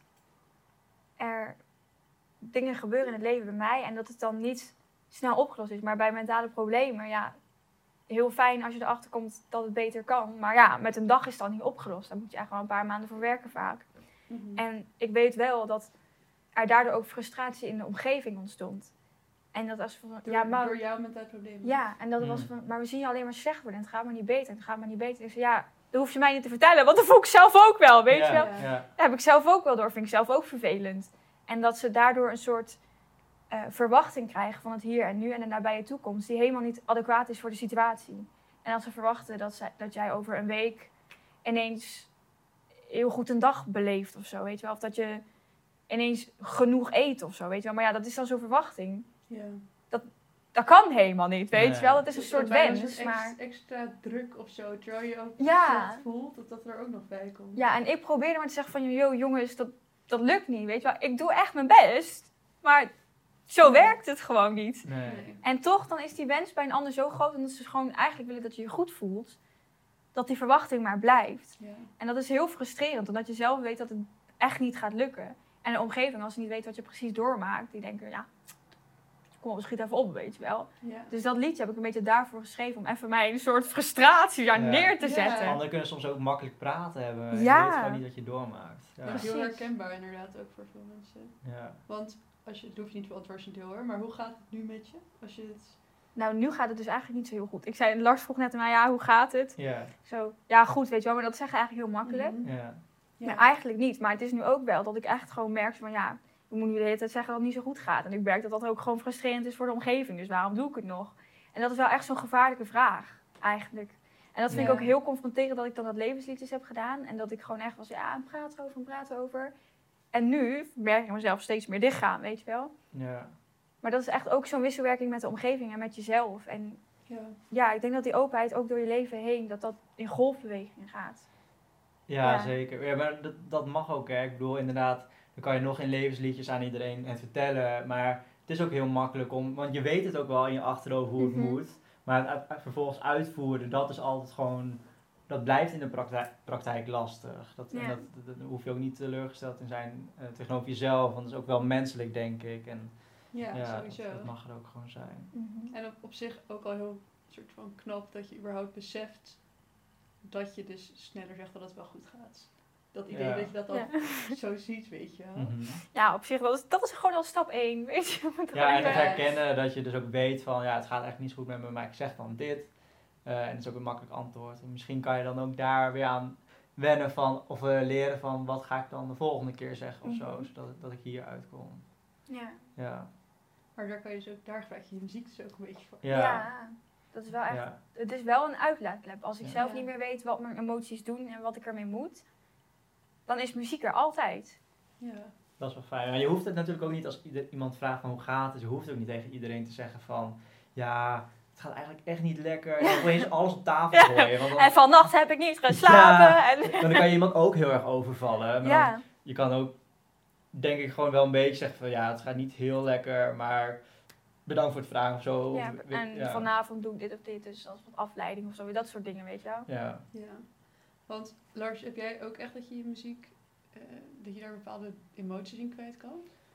er dingen gebeuren in het leven bij mij... en dat het dan niet snel opgelost is. Maar bij mentale problemen, ja... heel fijn als je erachter komt dat het beter kan. Maar ja, met een dag is het dan niet opgelost. Daar moet je echt wel een paar maanden voor werken vaak. Mhm. En ik weet wel dat er daardoor ook frustratie in de omgeving ontstond. En dat als van, Door, ja, maar, door jou met dat probleem. ja, en dat Mm. was van, maar we zien je alleen maar slecht worden. En het gaat maar niet beter. En het gaat maar niet beter. Dus ja, dat hoef je mij niet te vertellen. Want dat voel ik zelf ook wel, weet ja, je wel. Ja. Ja. Dat heb ik zelf ook wel door. Vind ik zelf ook vervelend. En dat ze daardoor een soort eh, verwachting krijgen van het hier en nu en de nabije toekomst. Die helemaal niet adequaat is voor de situatie. En als ze verwachten dat, zij, dat jij over een week ineens heel goed een dag beleeft of zo, weet je wel. Of dat je ineens genoeg eet of zo, weet je wel. Maar ja, dat is dan zo'n verwachting. Ja. Dat kan helemaal niet, weet Nee. je wel. Dat is een Dus soort bijna een wens, soort maar... ex- extra druk of zo, terwijl je ook Ja. slecht voelt, dat dat er ook nog bij komt. Ja, en ik probeerde maar te zeggen van, yo jongens, dat, dat lukt niet, weet je wel. Ik doe echt mijn best, maar zo Ja. werkt het gewoon niet. Nee. Nee. En toch, dan is die wens bij een ander zo groot, omdat ze gewoon eigenlijk willen dat je je goed voelt, dat die verwachting maar blijft. Ja. En dat is heel frustrerend, omdat je zelf weet dat het echt niet gaat lukken. En de omgeving, als ze niet weet wat je precies doormaakt, die denken, ja, kom op, schiet even op, weet je wel. Ja. Dus dat liedje heb ik een beetje daarvoor geschreven, om even mij een soort frustratie daar Ja. neer te Ja. zetten. Anderen kunnen soms ook makkelijk praten hebben. Je Ja. weet gewoon niet wat je doormaakt. Ja. Dat is heel Precies. herkenbaar inderdaad ook voor veel mensen. Ja. Want, als je, het hoeft niet voor antwoord te hoor, maar hoe gaat het nu met je? Als je het... Nou, nu gaat het dus eigenlijk niet zo heel goed. Ik zei, Lars vroeg net aan mij, ja, hoe gaat het? Ja. Zo, ja, goed, weet je wel, maar dat zeggen eigenlijk heel makkelijk. Mhm. Ja. Ja. Maar eigenlijk niet. Maar het is nu ook wel dat ik echt gewoon merk van, ja, we moeten nu de hele tijd zeggen dat het niet zo goed gaat. En ik merk dat dat ook gewoon frustrerend is voor de omgeving. Dus waarom doe ik het nog? En dat is wel echt zo'n gevaarlijke vraag, eigenlijk. En dat vind Ja. ik ook heel confronterend dat ik dan dat levensliedjes heb gedaan. En dat ik gewoon echt was, ja, aan praten over, aan praten over. En nu merk ik mezelf steeds meer dichtgaan, weet je wel. Ja. Maar dat is echt ook zo'n wisselwerking met de omgeving en met jezelf. En Ja. ja, ik denk dat die openheid ook door je leven heen, dat dat in golfbewegingen gaat. Ja, Ja. zeker. Ja, maar dat, dat mag ook, hè. Ik bedoel, inderdaad, dan kan je nog geen levensliedjes aan iedereen het vertellen. Maar het is ook heel makkelijk om, want je weet het ook wel in je achterhoofd hoe het Mhm. moet. Maar het uit- uit- vervolgens uitvoeren, dat is altijd gewoon, dat blijft in de praktijk, praktijk lastig. Dat, en Ja. dat, dat, dat hoef je ook niet teleurgesteld in zijn uh, tegenover jezelf, want dat is ook wel menselijk, denk ik. En Ja, ja, sowieso. dat, dat mag er ook gewoon zijn. En op, op zich ook al heel soort van knap dat je überhaupt beseft dat je dus sneller zegt dat het wel goed gaat. Dat idee Ja. dat je dat al Ja. zo ziet, weet je wel. Mhm. Ja, op zich, dat is, dat is gewoon al stap één, weet je. Je moet Ja, en gewoon het even- herkennen dat je dus ook weet van, ja, het gaat echt niet zo goed met me, maar ik zeg dan dit. Uh, en het is ook een makkelijk antwoord. En misschien kan je dan ook daar weer aan wennen van, of uh, leren van, wat ga ik dan de volgende keer zeggen of zo, Mhm. zodat dat ik hier uitkom. Ja. Ja. Maar daar kan je dus ook, daar gebruik je je muziek dus ook een beetje voor. Ja. Ja. Dat is wel echt, Ja. het is wel een uitlaatklep. Als ik Ja. zelf Ja. niet meer weet wat mijn emoties doen en wat ik ermee moet, dan is muziek er altijd. Ja. Dat is wel fijn. Maar je hoeft het natuurlijk ook niet als ieder, iemand vraagt van hoe gaat het. Je hoeft ook niet tegen iedereen te zeggen van, ja, het gaat eigenlijk echt niet lekker. En dan opeens alles op tafel Ja. gooien. Want dan, En vannacht heb ik niet geslapen. En, dan kan je iemand ook heel erg overvallen. Maar dan- ja. je kan ook, denk ik, gewoon wel een beetje zeggen van, ja, het gaat niet heel lekker, maar bedankt voor het vragen of zo. Ja, Of, en ja. vanavond doe ik dit of dit, dus als wat afleiding of zo, dat soort dingen, weet je wel. Ja. Ja. Want Lars, heb jij ook echt dat je je muziek, eh, dat je daar bepaalde emoties in kwijt kan?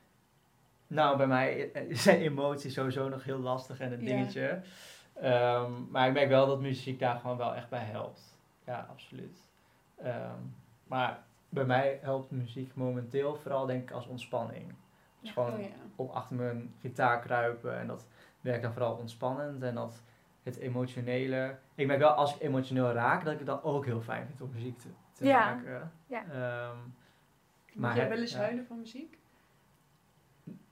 Nou, bij mij zijn emoties sowieso nog heel lastig en een Ja. dingetje. Ehm, maar ik merk wel dat muziek daar gewoon wel echt bij helpt. Ja, absoluut. Ehm, maar bij mij helpt muziek momenteel vooral denk ik als ontspanning. Dus gewoon Oh ja. op achter mijn gitaar kruipen en dat werkt dan vooral ontspannend. En dat het emotionele... Ik merk wel als ik emotioneel raak, dat ik het dan ook heel fijn vind om muziek te, te Ja. maken. Ja. Ehm, Moet Maar jij hè- wel eens ja. huilen van muziek?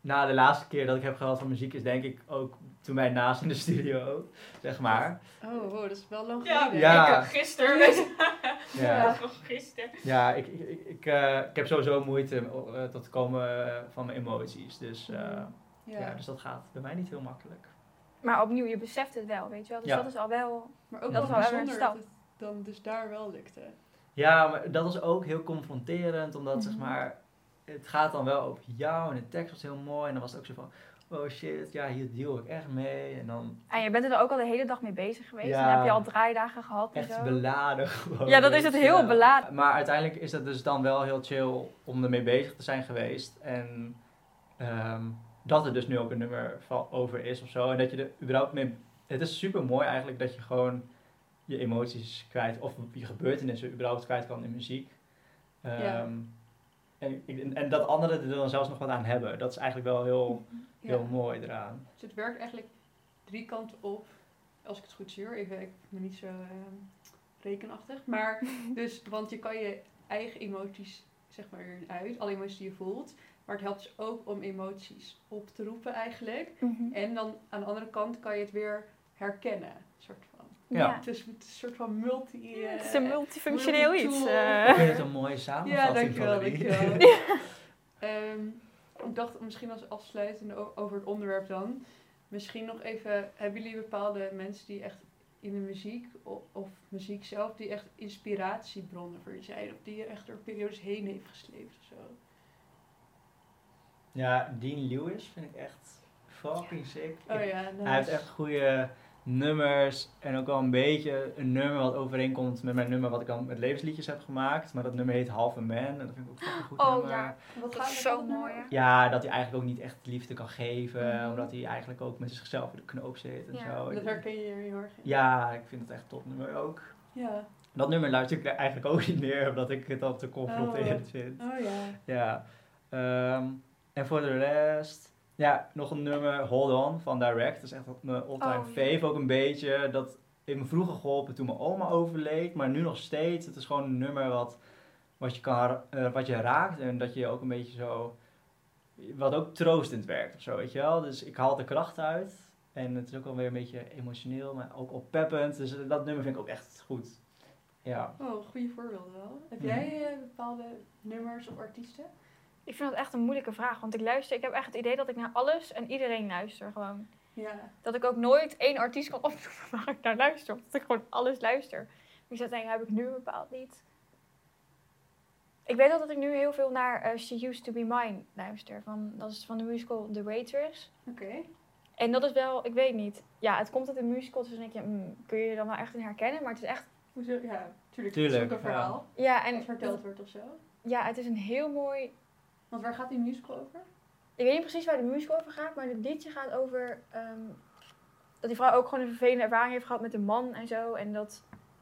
na de laatste keer dat ik heb gehad van muziek is denk ik ook toen wij naast in de studio, zeg maar. Oh, wow, dat is wel lang Ja, geleden. Ja. ik heb gisteren. Dus, Ja, ja, gewoon gisteren. ja ik, ik, ik, ik, eh, ik heb sowieso moeite uh, tot komen uh, van mijn emoties. Dus, uh, Ja. ja, dus dat gaat bij mij niet heel makkelijk. Maar opnieuw, je beseft het wel, weet je wel. Dus Ja. dat is al wel... Maar ook Dat wel is wel even een bijzonder stap. dat het dan dus daar wel lukte. Ja, maar dat was ook heel confronterend, omdat zeg Mhm. maar, het gaat dan wel over jou en de tekst was heel mooi. En dan was het ook zo van, oh shit, ja, hier deal ik echt mee. En dan En je bent er ook al de hele dag mee bezig geweest. Ja. En dan heb je al draaidagen gehad en echt zo. beladen gewoon. Ja, dat is het, heel Ja. beladen. Maar uiteindelijk is het dus dan wel heel chill om ermee bezig te zijn geweest. En ehm, dat er dus nu ook een nummer van over is of zo. En dat je er überhaupt mee... Het is super mooi eigenlijk dat je gewoon je emoties kwijt... Of je gebeurtenissen überhaupt kwijt kan in muziek. Ehm, Ja. en, ik- en dat anderen er dan zelfs nog wat aan hebben. Dat is eigenlijk wel heel, Ja. heel mooi eraan. Dus het werkt eigenlijk drie kanten op. Als ik het goed zie hoor. Even, ik ben niet zo ehm, rekenachtig. Maar dus, want je kan je eigen emoties zeg maar erin uit. Alle emoties die je voelt. Maar het helpt dus ook om emoties op te roepen eigenlijk. Mhm. En dan aan de andere kant kan je het weer herkennen. Soort van. Ja. Ja. Het is het is een soort van multi... eh, Het is een multifunctioneel iets. multitool. eh. Ik vind het een mooie Ja, samenvatting dankjewel, van die. dankjewel. Ehm, ik dacht misschien als afsluitende o- over het onderwerp dan. Misschien nog even, hebben jullie bepaalde mensen die echt in de muziek of, of muziek zelf, die echt inspiratiebronnen voor je zijn? Of die je echt door periodes heen heeft gesleept of zo? Ja, Dean Lewis vind ik echt fucking sick. Oh Ik- ja, nice. Hij heeft echt goede nummers en ook wel een beetje een nummer wat overeenkomt met mijn nummer wat ik dan met levensliedjes heb gemaakt. Maar dat nummer heet Half a Man en dat vind ik ook een fucking goed Oh, nummer. ja. Wat Dat gaat is er zo dan mooi, over? hè? Ja, dat hij eigenlijk ook niet echt liefde kan geven, Mhm. omdat hij eigenlijk ook met zichzelf in de knoop zit en Ja. zo. Dat Ik- herken je er heel erg in. Ja, ik vind het echt een top nummer ook. Ja. Dat nummer luister ik eigenlijk ook niet meer, omdat ik het al te confronterend Oh. vind. Oh ja. Ja. Ehm, en voor de rest, ja, nog een nummer, Hold On van Direct. Dat is echt mijn all-time Oh, ja. fave ook een beetje. Dat heeft me vroeger geholpen toen mijn oma overleed, maar nu nog steeds. Het is gewoon een nummer wat, wat, je, kan, eh, wat je raakt en dat je ook een beetje zo, wat ook troostend werkt of zo, weet je wel. Dus ik haal de kracht uit en het is ook wel weer een beetje emotioneel, maar ook oppeppend. Dus dat nummer vind ik ook echt goed. Ja. Oh, goede voorbeelden wel. Heb Mhm. jij eh, bepaalde nummers of artiesten? Ik vind dat echt een moeilijke vraag. Want ik luister, ik heb echt het idee dat ik naar alles en iedereen luister gewoon. Ja. Dat ik ook nooit één artiest kan opnoemen waar ik naar luister. Omdat ik gewoon alles luister. Ik zou denken, heb ik nu een bepaald lied? Ik weet wel dat ik nu heel veel naar eh, She Used To Be Mine luister. Van, dat is van de musical The Waitress. Oké. En dat is wel, ik weet niet. Ja, het komt uit een musical, dus dan denk je, hmm, kun je je dan nou echt in herkennen? Maar het is echt, Hoezo? Ja, tuurlijk. Het is Tuurlijk, ook een verhaal. ja, En en verteld wordt of zo. ja, het is een heel mooi. Want waar gaat die musical over? Ik weet niet precies waar de musical over gaat, maar het liedje gaat over ehm, dat die vrouw ook gewoon een vervelende ervaring heeft gehad met een man en zo. En dat,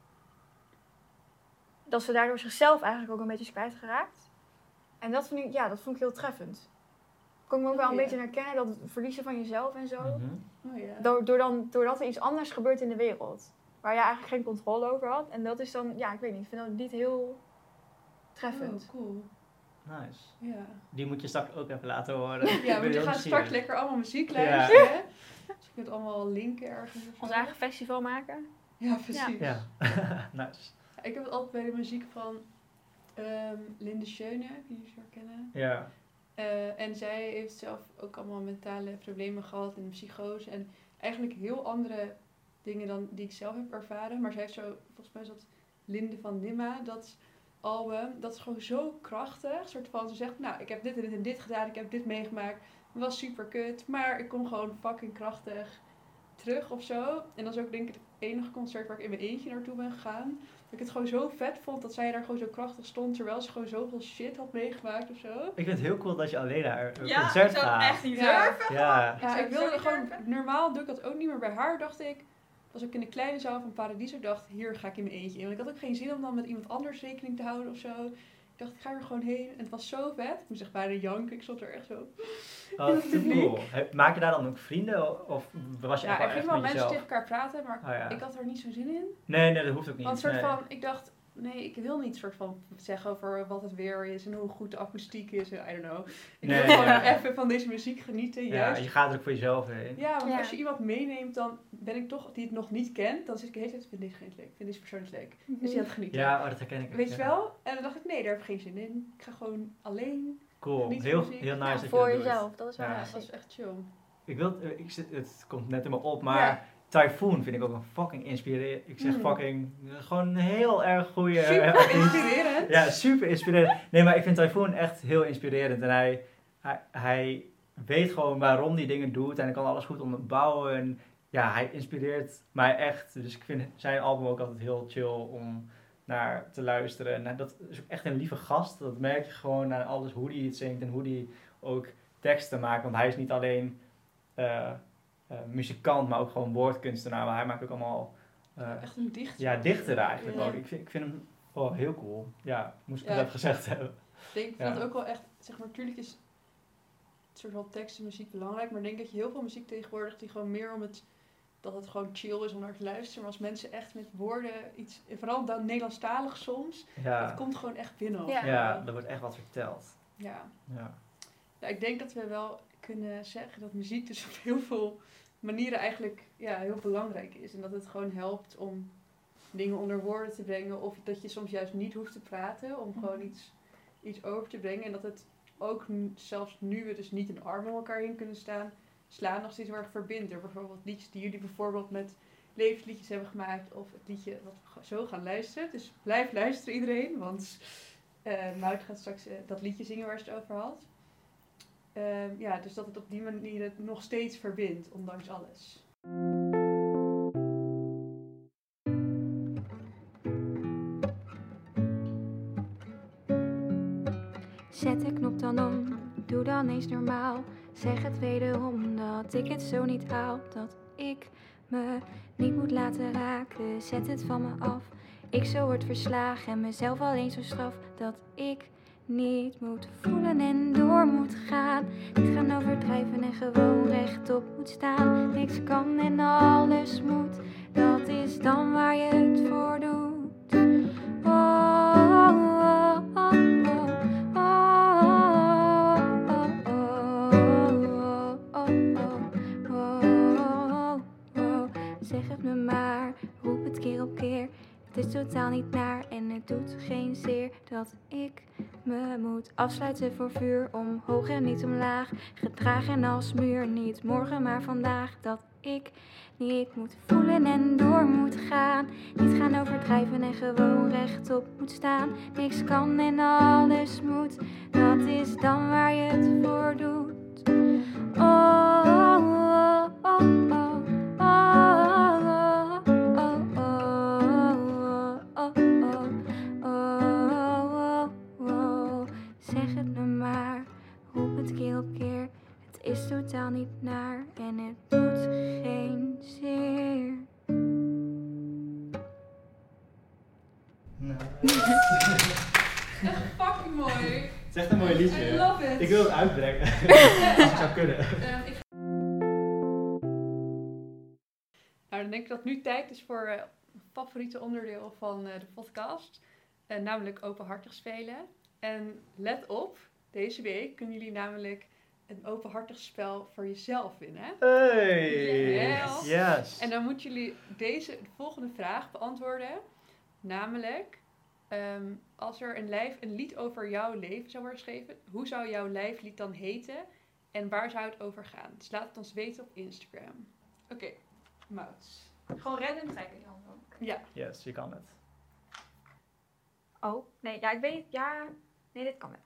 dat ze daardoor zichzelf eigenlijk ook een beetje is kwijtgeraakt. En dat vond ik, ja, dat vond ik heel treffend. Kon ik me ook wel een Oh, ja. beetje herkennen, dat het verliezen van jezelf en zo. Mhm. Oh ja. Door, door dan, doordat er iets anders gebeurt in de wereld. Waar je eigenlijk geen controle over had. En dat is dan, ja, ik weet niet, ik vind dat niet heel treffend. Oh, cool. Nice. Ja. Die moet je straks ook even laten horen. Ik Ja, ben want je heel gaat straks nieuwsgierig. lekker allemaal muziek Ja. luisteren. hè? Dus je kunt allemaal linken ergens. of zo. Ons eigen festival maken. Ja, precies. Ja, nice. Ik heb het altijd bij de muziek van ehm, Linde Schöne, die jullie herkennen. Ja. Eh, en zij heeft zelf ook allemaal mentale problemen gehad en psychose. En eigenlijk heel andere dingen dan die ik zelf heb ervaren. Maar zij heeft zo, volgens mij is dat Linde van Nimma, dat album. Dat is gewoon zo krachtig. Een soort van, ze zegt, nou, ik heb dit en dit en dit gedaan. Ik heb dit meegemaakt. Het was super kut. Maar ik kom gewoon fucking krachtig terug of zo. En dat is ook denk ik het enige concert waar ik in mijn eentje naartoe ben gegaan. Dat ik het gewoon zo vet vond dat zij daar gewoon zo krachtig stond. Terwijl ze gewoon zoveel shit had meegemaakt of zo. Ik vind het heel cool dat je alleen naar een Ja, concert ik zou gaat. het echt niet Ja. durven. Ja. Ja, zou ik het zo wilde niet gewoon, durven. normaal doe ik dat ook niet meer bij haar, dacht ik. Was ik in de kleine zaal van Paradiso, dacht, hier ga ik in mijn eentje in. Want ik had ook geen zin om dan met iemand anders rekening te houden of zo. Ik dacht, ik ga er gewoon heen. En het was zo vet. Ik moest echt bijna janken. Ik stond er echt zo. Oh, in het publiek. cool. Heb- Maak je daar dan ook vrienden of was je Ja, echt er wel gingen echt wel met mensen jezelf? tegen elkaar praten, maar Oh, ja. ik had er niet zo zin in. Nee, nee, dat hoeft ook niet. Want soort nee. van, ik dacht, nee, ik wil niet soort van zeggen over wat het weer is en hoe goed de akoestiek is. En I don't know. Ik Nee, wil gewoon ja. even van deze muziek genieten. Ja, Juist. je gaat er ook voor jezelf heen. Ja, want Ja. als je iemand meeneemt, dan ben ik toch, die het nog niet kent, dan zit ik de hele tijd, ik vind deze niet leuk, ik vind deze persoon niet leuk. Dus die aan het genieten. Ja, oh, dat herken ik. ook, Weet je ja. wel? En dan dacht ik, nee, daar heb ik geen zin in. Ik ga gewoon alleen. Cool, Niet heel, muziek. heel nice Ja, dat je voor dat doet. jezelf, dat is wel Ja. Ja, echt dat is sick. echt chill. Ik wil, eh, ik zit, het komt net in me op, maar Ja. Typhoon vind ik ook een fucking inspirerend. Ik zeg Mm. fucking, eh, gewoon een heel erg goede. Super inspirerend. Ja, super inspirerend. Nee, maar ik vind Typhoon echt heel inspirerend. En hij, hij, hij weet gewoon waarom die dingen doet. En hij kan alles goed onderbouwen. En ja, hij inspireert mij echt. Dus ik vind zijn album ook altijd heel chill om naar te luisteren. En dat is ook echt een lieve gast. Dat merk je gewoon aan alles, hoe hij het zingt en hoe hij ook teksten maakt. Want hij is niet alleen eh, eh, muzikant, maar ook gewoon woordkunstenaar. Maar hij maakt ook allemaal eh, Echt een dichter. ja, dichter eigenlijk Ja. ook. Ik vind, ik vind hem oh, heel cool. Ja, moest ik Ja. het even gezegd hebben. Ik denk Ja. dat ook wel echt, zeg maar, natuurlijk is het soort van tekst en muziek belangrijk, maar ik denk dat je heel veel muziek tegenwoordig die gewoon meer om het, dat het gewoon chill is om naar te luisteren, maar als mensen echt met woorden iets, vooral dan Nederlandstalig soms, het Ja, komt gewoon echt binnen. Ja. ja, er wordt echt wat verteld. Ja. Ja. Ja, ik denk dat we wel kunnen zeggen dat muziek dus op heel veel manieren eigenlijk ja, heel belangrijk is. En dat het gewoon helpt om dingen onder woorden te brengen. Of dat je soms juist niet hoeft te praten om gewoon iets, iets over te brengen. En dat het ook n- zelfs nu we dus niet in armen om elkaar heen kunnen staan, slaan nog steeds heel erg verbindt. Door bijvoorbeeld liedjes die jullie bijvoorbeeld met levensliedjes hebben gemaakt. Of het liedje wat we ga- zo gaan luisteren. Dus blijf luisteren iedereen. Want eh Maud gaat straks eh, dat liedje zingen waar ze het over had. Ehm, ja, dus dat het op die manier het nog steeds verbindt, ondanks alles. Zet de knop dan om, doe dan eens normaal. Zeg het wederom dat ik het zo niet haal. Dat ik me niet moet laten raken, zet het van me af. Ik zo word verslagen en mezelf alleen zo straf. Dat ik niet moet voelen en door moet gaan. Niet gaan overdrijven en gewoon rechtop moet staan. Niks kan en alles moet, dat is dan waar je het voor doet. Oh, oh, oh, oh. Zeg het me maar, roep het keer op keer. Het is totaal niet naar en het doet geen zeer dat ik me moet afsluiten voor vuur. Omhoog en niet omlaag, gedragen als muur. Niet morgen maar vandaag, dat ik niet moet voelen en door moet gaan. Niet gaan overdrijven en gewoon rechtop moet staan. Niks kan en alles moet, dat is dan waar je het voor doet. Oh, oh, oh, oh, oh, oh, oh, oh, oh, oh, oh. Zeg het me maar, roep het keer op keer. Het is totaal niet naar en het doet geen zeer. Echt fucking mooi. Het is echt een mooi liedje. I love it. Ik wil het uitbrengen. Als ik zou kunnen. Ehm, ik... Nou, dan denk ik dat het nu tijd is voor uh, een favoriete onderdeel van uh, de podcast. Uh, namelijk openhartig spelen. En let op, deze week kunnen jullie namelijk een openhartig spel voor jezelf winnen. Hey! Yes. Yes! En dan moeten jullie deze, de volgende vraag beantwoorden. Namelijk, ehm, als er een, lijf, een lied over jouw leven zou worden geschreven, hoe zou jouw lijflied dan heten en waar zou het over gaan? Dus laat het ons weten op Instagram. Oké, okay. Maud. Gewoon random trekken dan ook. Ja. Yes, je kan het. Oh, nee, ja, ik weet, ja, nee, dit kan wel.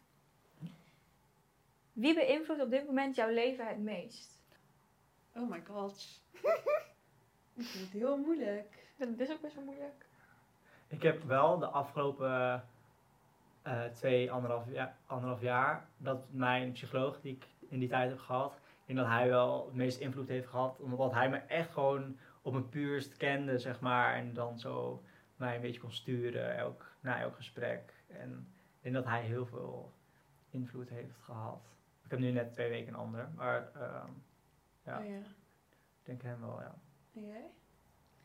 Wie beïnvloedt op dit moment jouw leven het meest? Oh my god. Ik vind het heel moeilijk. Dat is ook best wel moeilijk. Ik heb wel de afgelopen uh, twee, anderhalf, ja, anderhalf jaar, dat mijn psycholoog die ik in die tijd heb gehad, ik denk dat hij wel het meeste invloed heeft gehad, omdat hij me echt gewoon op mijn puurst kende, zeg maar, en dan zo mij een beetje kon sturen, elk, na elk gesprek. En ik denk dat hij heel veel invloed heeft gehad. Ik heb nu net twee weken een ander, maar uh, ja, Oh, ja. ik denk hem wel, ja. En jij?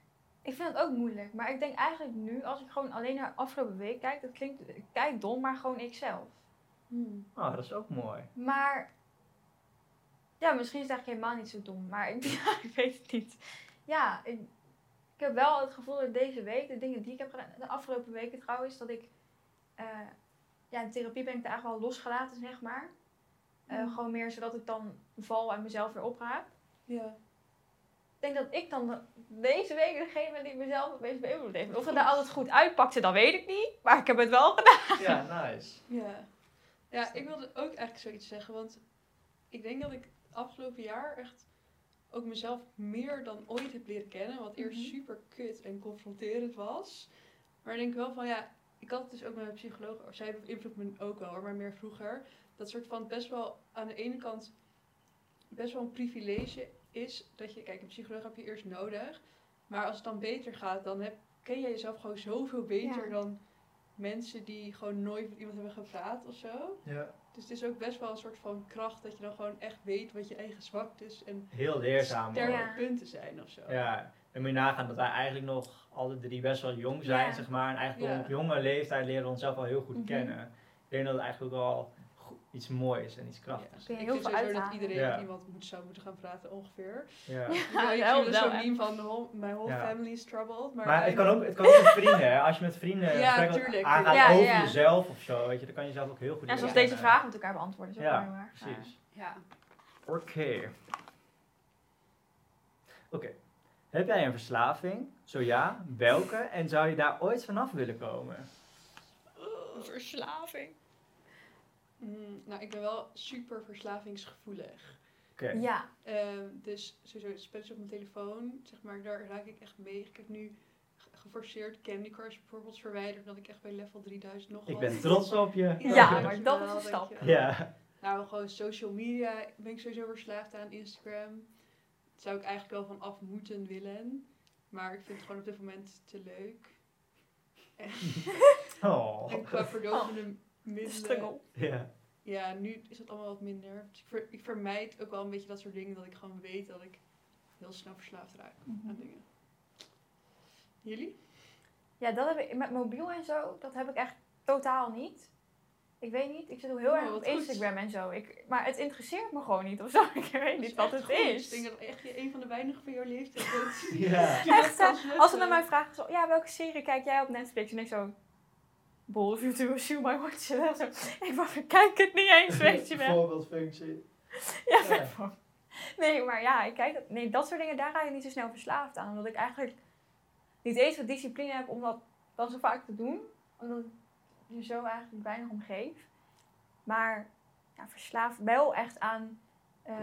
Ik vind het ook moeilijk. Maar ik denk eigenlijk nu, als ik gewoon alleen naar afgelopen week kijk, dat klinkt, ik kijk dom, maar gewoon ikzelf. Hmm. Oh, dat is ook mooi. Maar, ja, misschien is het eigenlijk helemaal niet zo dom. Maar ik, ja, ik weet het niet. Ja, ik, ik heb wel het gevoel dat deze week, de dingen die ik heb gedaan, de afgelopen weken trouwens, dat ik, uh, ja, in therapie ben ik er eigenlijk wel losgelaten, zeg maar. Uh, Mm. Gewoon meer zodat ik dan val en mezelf weer opraap. Ja. Ik denk dat ik dan de- deze week degene ben die mezelf het meest beïnvloed heeft. Of het nou altijd goed uitpakte, dat weet ik niet. Maar ik heb het wel gedaan. Ja, nice. Ja. Ja, ik wilde ook eigenlijk zoiets zeggen, want ik denk dat ik het afgelopen jaar echt ook mezelf meer dan ooit heb leren kennen, wat eerst Mhm. super kut en confronterend was. Maar ik denk wel van, ja, ik had het dus ook met mijn psycholoog, of zij beïnvloedt me ook wel, hoor, maar meer vroeger, dat soort van best wel aan de ene kant best wel een privilege is, dat je, kijk, een psycholoog heb je eerst nodig, maar als het dan beter gaat, dan heb, ken jij jezelf gewoon zoveel beter Ja. dan mensen die gewoon nooit met iemand hebben gepraat of zo. Ja. Dus het is ook best wel een soort van kracht dat je dan gewoon echt weet wat je eigen zwaktes en Heel leerzaam. sterke hoor. Ja. punten zijn of zo. Ja, en moet je nagaan dat wij eigenlijk nog alle drie best wel jong zijn, Ja. zeg maar. En eigenlijk Ja. op jonge leeftijd leren we onszelf al heel goed Mhm. kennen. Ik denk dat het eigenlijk ook wel go- iets moois en iets krachtigs Kun je Ik heel vind veel sowieso dat uithalen. iedereen Ja. met iemand moet, zou moeten gaan praten ongeveer. Ja. Ik Ja, weet wel, je, dat is wel, zo'n hè. meme van the whole, my whole Ja. family is troubled. Maar, Maar het kan, uiteindelijk- ook, het kan ook met vrienden, hè. Als je met vrienden Ja, gesprekken tuurlijk, aangaat tuurlijk. over Ja, ja. jezelf of zo, weet je, dan kan je jezelf ook heel goed En zoals leren deze kennen. vragen met elkaar beantwoorden. Is ook Ja, wel heel erg. precies. Ja. Oké. Oké. Heb jij een verslaving? Zo ja, welke? En zou je daar ooit vanaf willen komen? Verslaving. Mm, nou, ik ben wel super verslavingsgevoelig. Oké. Ja. Ehm, dus sowieso spelletjes op mijn telefoon, zeg maar, daar raak ik echt mee. Ik heb nu ge- geforceerd Candy Crush bijvoorbeeld verwijderd, dat ik echt bij level drieduizend nog Ik was. ben trots op je. Ja, dankjewel, maar dat is een stap. dankjewel. Ja. Nou, gewoon social media ben ik sowieso verslaafd aan, Instagram. Dat zou ik eigenlijk wel van af moeten willen. Maar ik vind het gewoon op dit moment te leuk. En, Oh. en qua verdovende middelen. Struggle. Ja. Ja, nu is het allemaal wat minder. Dus ik, ver- ik vermijd ook wel een beetje dat soort dingen, dat ik gewoon weet dat ik heel snel verslaafd raak aan dingen. Jullie? Ja, dat heb ik met mobiel en zo, dat heb ik echt totaal niet. Ik weet niet, ik zit ook heel Oh, erg op wat goed. Instagram en zo. Ik, maar het interesseert me gewoon niet of zo. Ik weet niet wat het echt goed. is. Ik denk dat echt je een van de weinigen van jouw leeftijd bent. Ja. die dat Echt, kan hè? zeggen. Als ze naar mij vragen, zo, ja, welke serie kijk jij op Netflix? En ik zo, Ball of You to Shoe My Watch. En zo, ik wacht, ik kijk het niet eens, weet je wel. Voorbeeldfunctie. Ja, Ja. van- Nee, maar ja, ik kijk dat, nee, dat soort dingen, daar raak ik niet zo snel verslaafd aan. Omdat ik eigenlijk niet eens wat discipline heb om dat dan zo vaak te doen. Omdat ik er zo eigenlijk weinig om geef. Maar ja, verslaafd wel echt aan eh,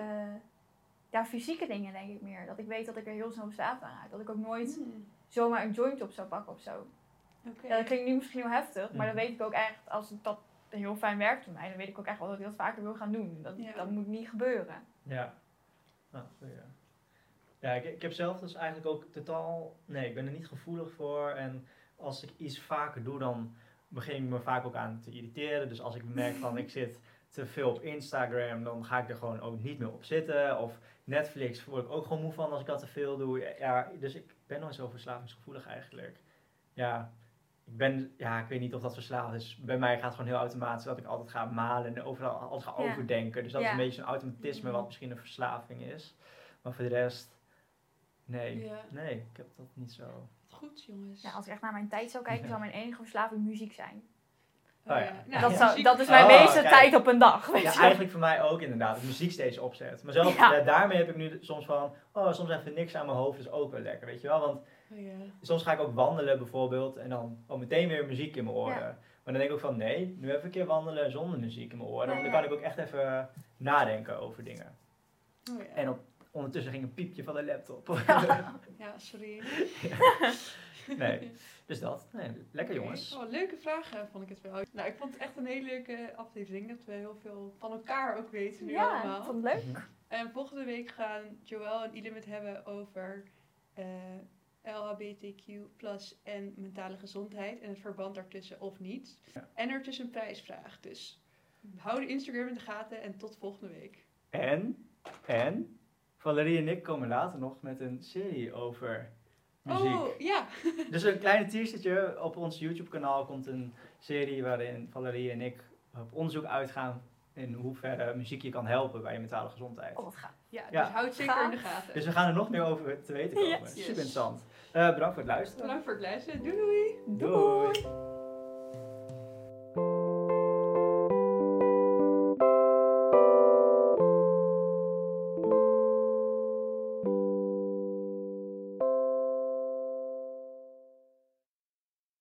ja, fysieke dingen, denk ik meer. Dat ik weet dat ik er heel snel verslaafd aan raak. Dat ik ook nooit Hmm, zomaar een joint op zou pakken of zo. Oké. Ja, dat klinkt nu misschien heel heftig, maar dan Mhm. weet ik ook echt, als het dat heel fijn werkt voor mij, dan weet ik ook echt wel dat ik dat vaker wil gaan doen. Dat, Ja. dat moet niet gebeuren. Ja. Nou, goeie. Ja, ik, ik heb zelf dus eigenlijk ook totaal... Nee, ik ben er niet gevoelig voor. En als ik iets vaker doe, dan begin ik me vaak ook aan te irriteren. Dus als ik merk van ik zit te veel op Instagram, dan ga ik er gewoon ook niet meer op zitten. Of Netflix word ik ook gewoon moe van als ik dat te veel doe. Ja, dus ik ben nooit zo verslavingsgevoelig eigenlijk. Ja, ik ben... Ja, ik weet niet of dat verslaafd is. Bij mij gaat het gewoon heel automatisch dat ik altijd ga malen en overal alles ga Ja. overdenken. Dus dat is Ja. een beetje een automatisme wat misschien een verslaving is. Maar voor de rest... Nee, Ja. nee, ik heb dat niet zo. Goed, jongens. Ja, als ik echt naar mijn tijd zou kijken, zou mijn enige verslaving muziek zijn. Oh, Oh, ja. ja. Nou, dat, ja. zou, muziek- dat is mijn Oh, meeste kijk. tijd op een dag. Weet Ja, je wel. eigenlijk voor mij ook inderdaad. De muziek steeds opzet. Maar zelfs Ja. ja, daarmee heb ik nu soms van... Oh, soms even niks aan mijn hoofd is ook wel lekker, weet je wel. Want Oh, ja. soms ga ik ook wandelen bijvoorbeeld. En dan oh, meteen weer muziek in mijn oren. Ja. Maar dan denk ik ook van nee, nu even een keer wandelen zonder muziek in mijn oren. Ja, Want dan ja. kan ik ook echt even nadenken over dingen. Oh, ja. En op, ondertussen ging een piepje van de laptop. Ja, sorry. Nee, dus dat. Nee, lekker Oké. jongens. Oh, leuke vragen vond ik het wel. Nou, ik vond het echt een hele leuke aflevering. Dat we heel veel van elkaar ook weten nu Ja, allemaal. ik vond het leuk. Mhm. En volgende week gaan Joël en Ilim het hebben over eh, L H B T Q plus en mentale gezondheid. En het verband daartussen of niet. Ja. En er is een prijsvraag. Dus hou de Instagram in de gaten en tot volgende week. En, en, Valerie en ik komen later nog met een serie over muziek. Oh, ja. Dus een kleine teasertje. Op ons YouTube kanaal komt een serie waarin Valerie en ik op onderzoek uitgaan in hoeverre muziek je kan helpen bij je mentale gezondheid. Oh, wat gaaf. Ja, dus Ja. houd het zeker in de gaten. Dus we gaan er nog meer over te weten komen. Yes. Super interessant. Uh, bedankt voor het luisteren. Bedankt voor het luisteren. Doei doei! Doei.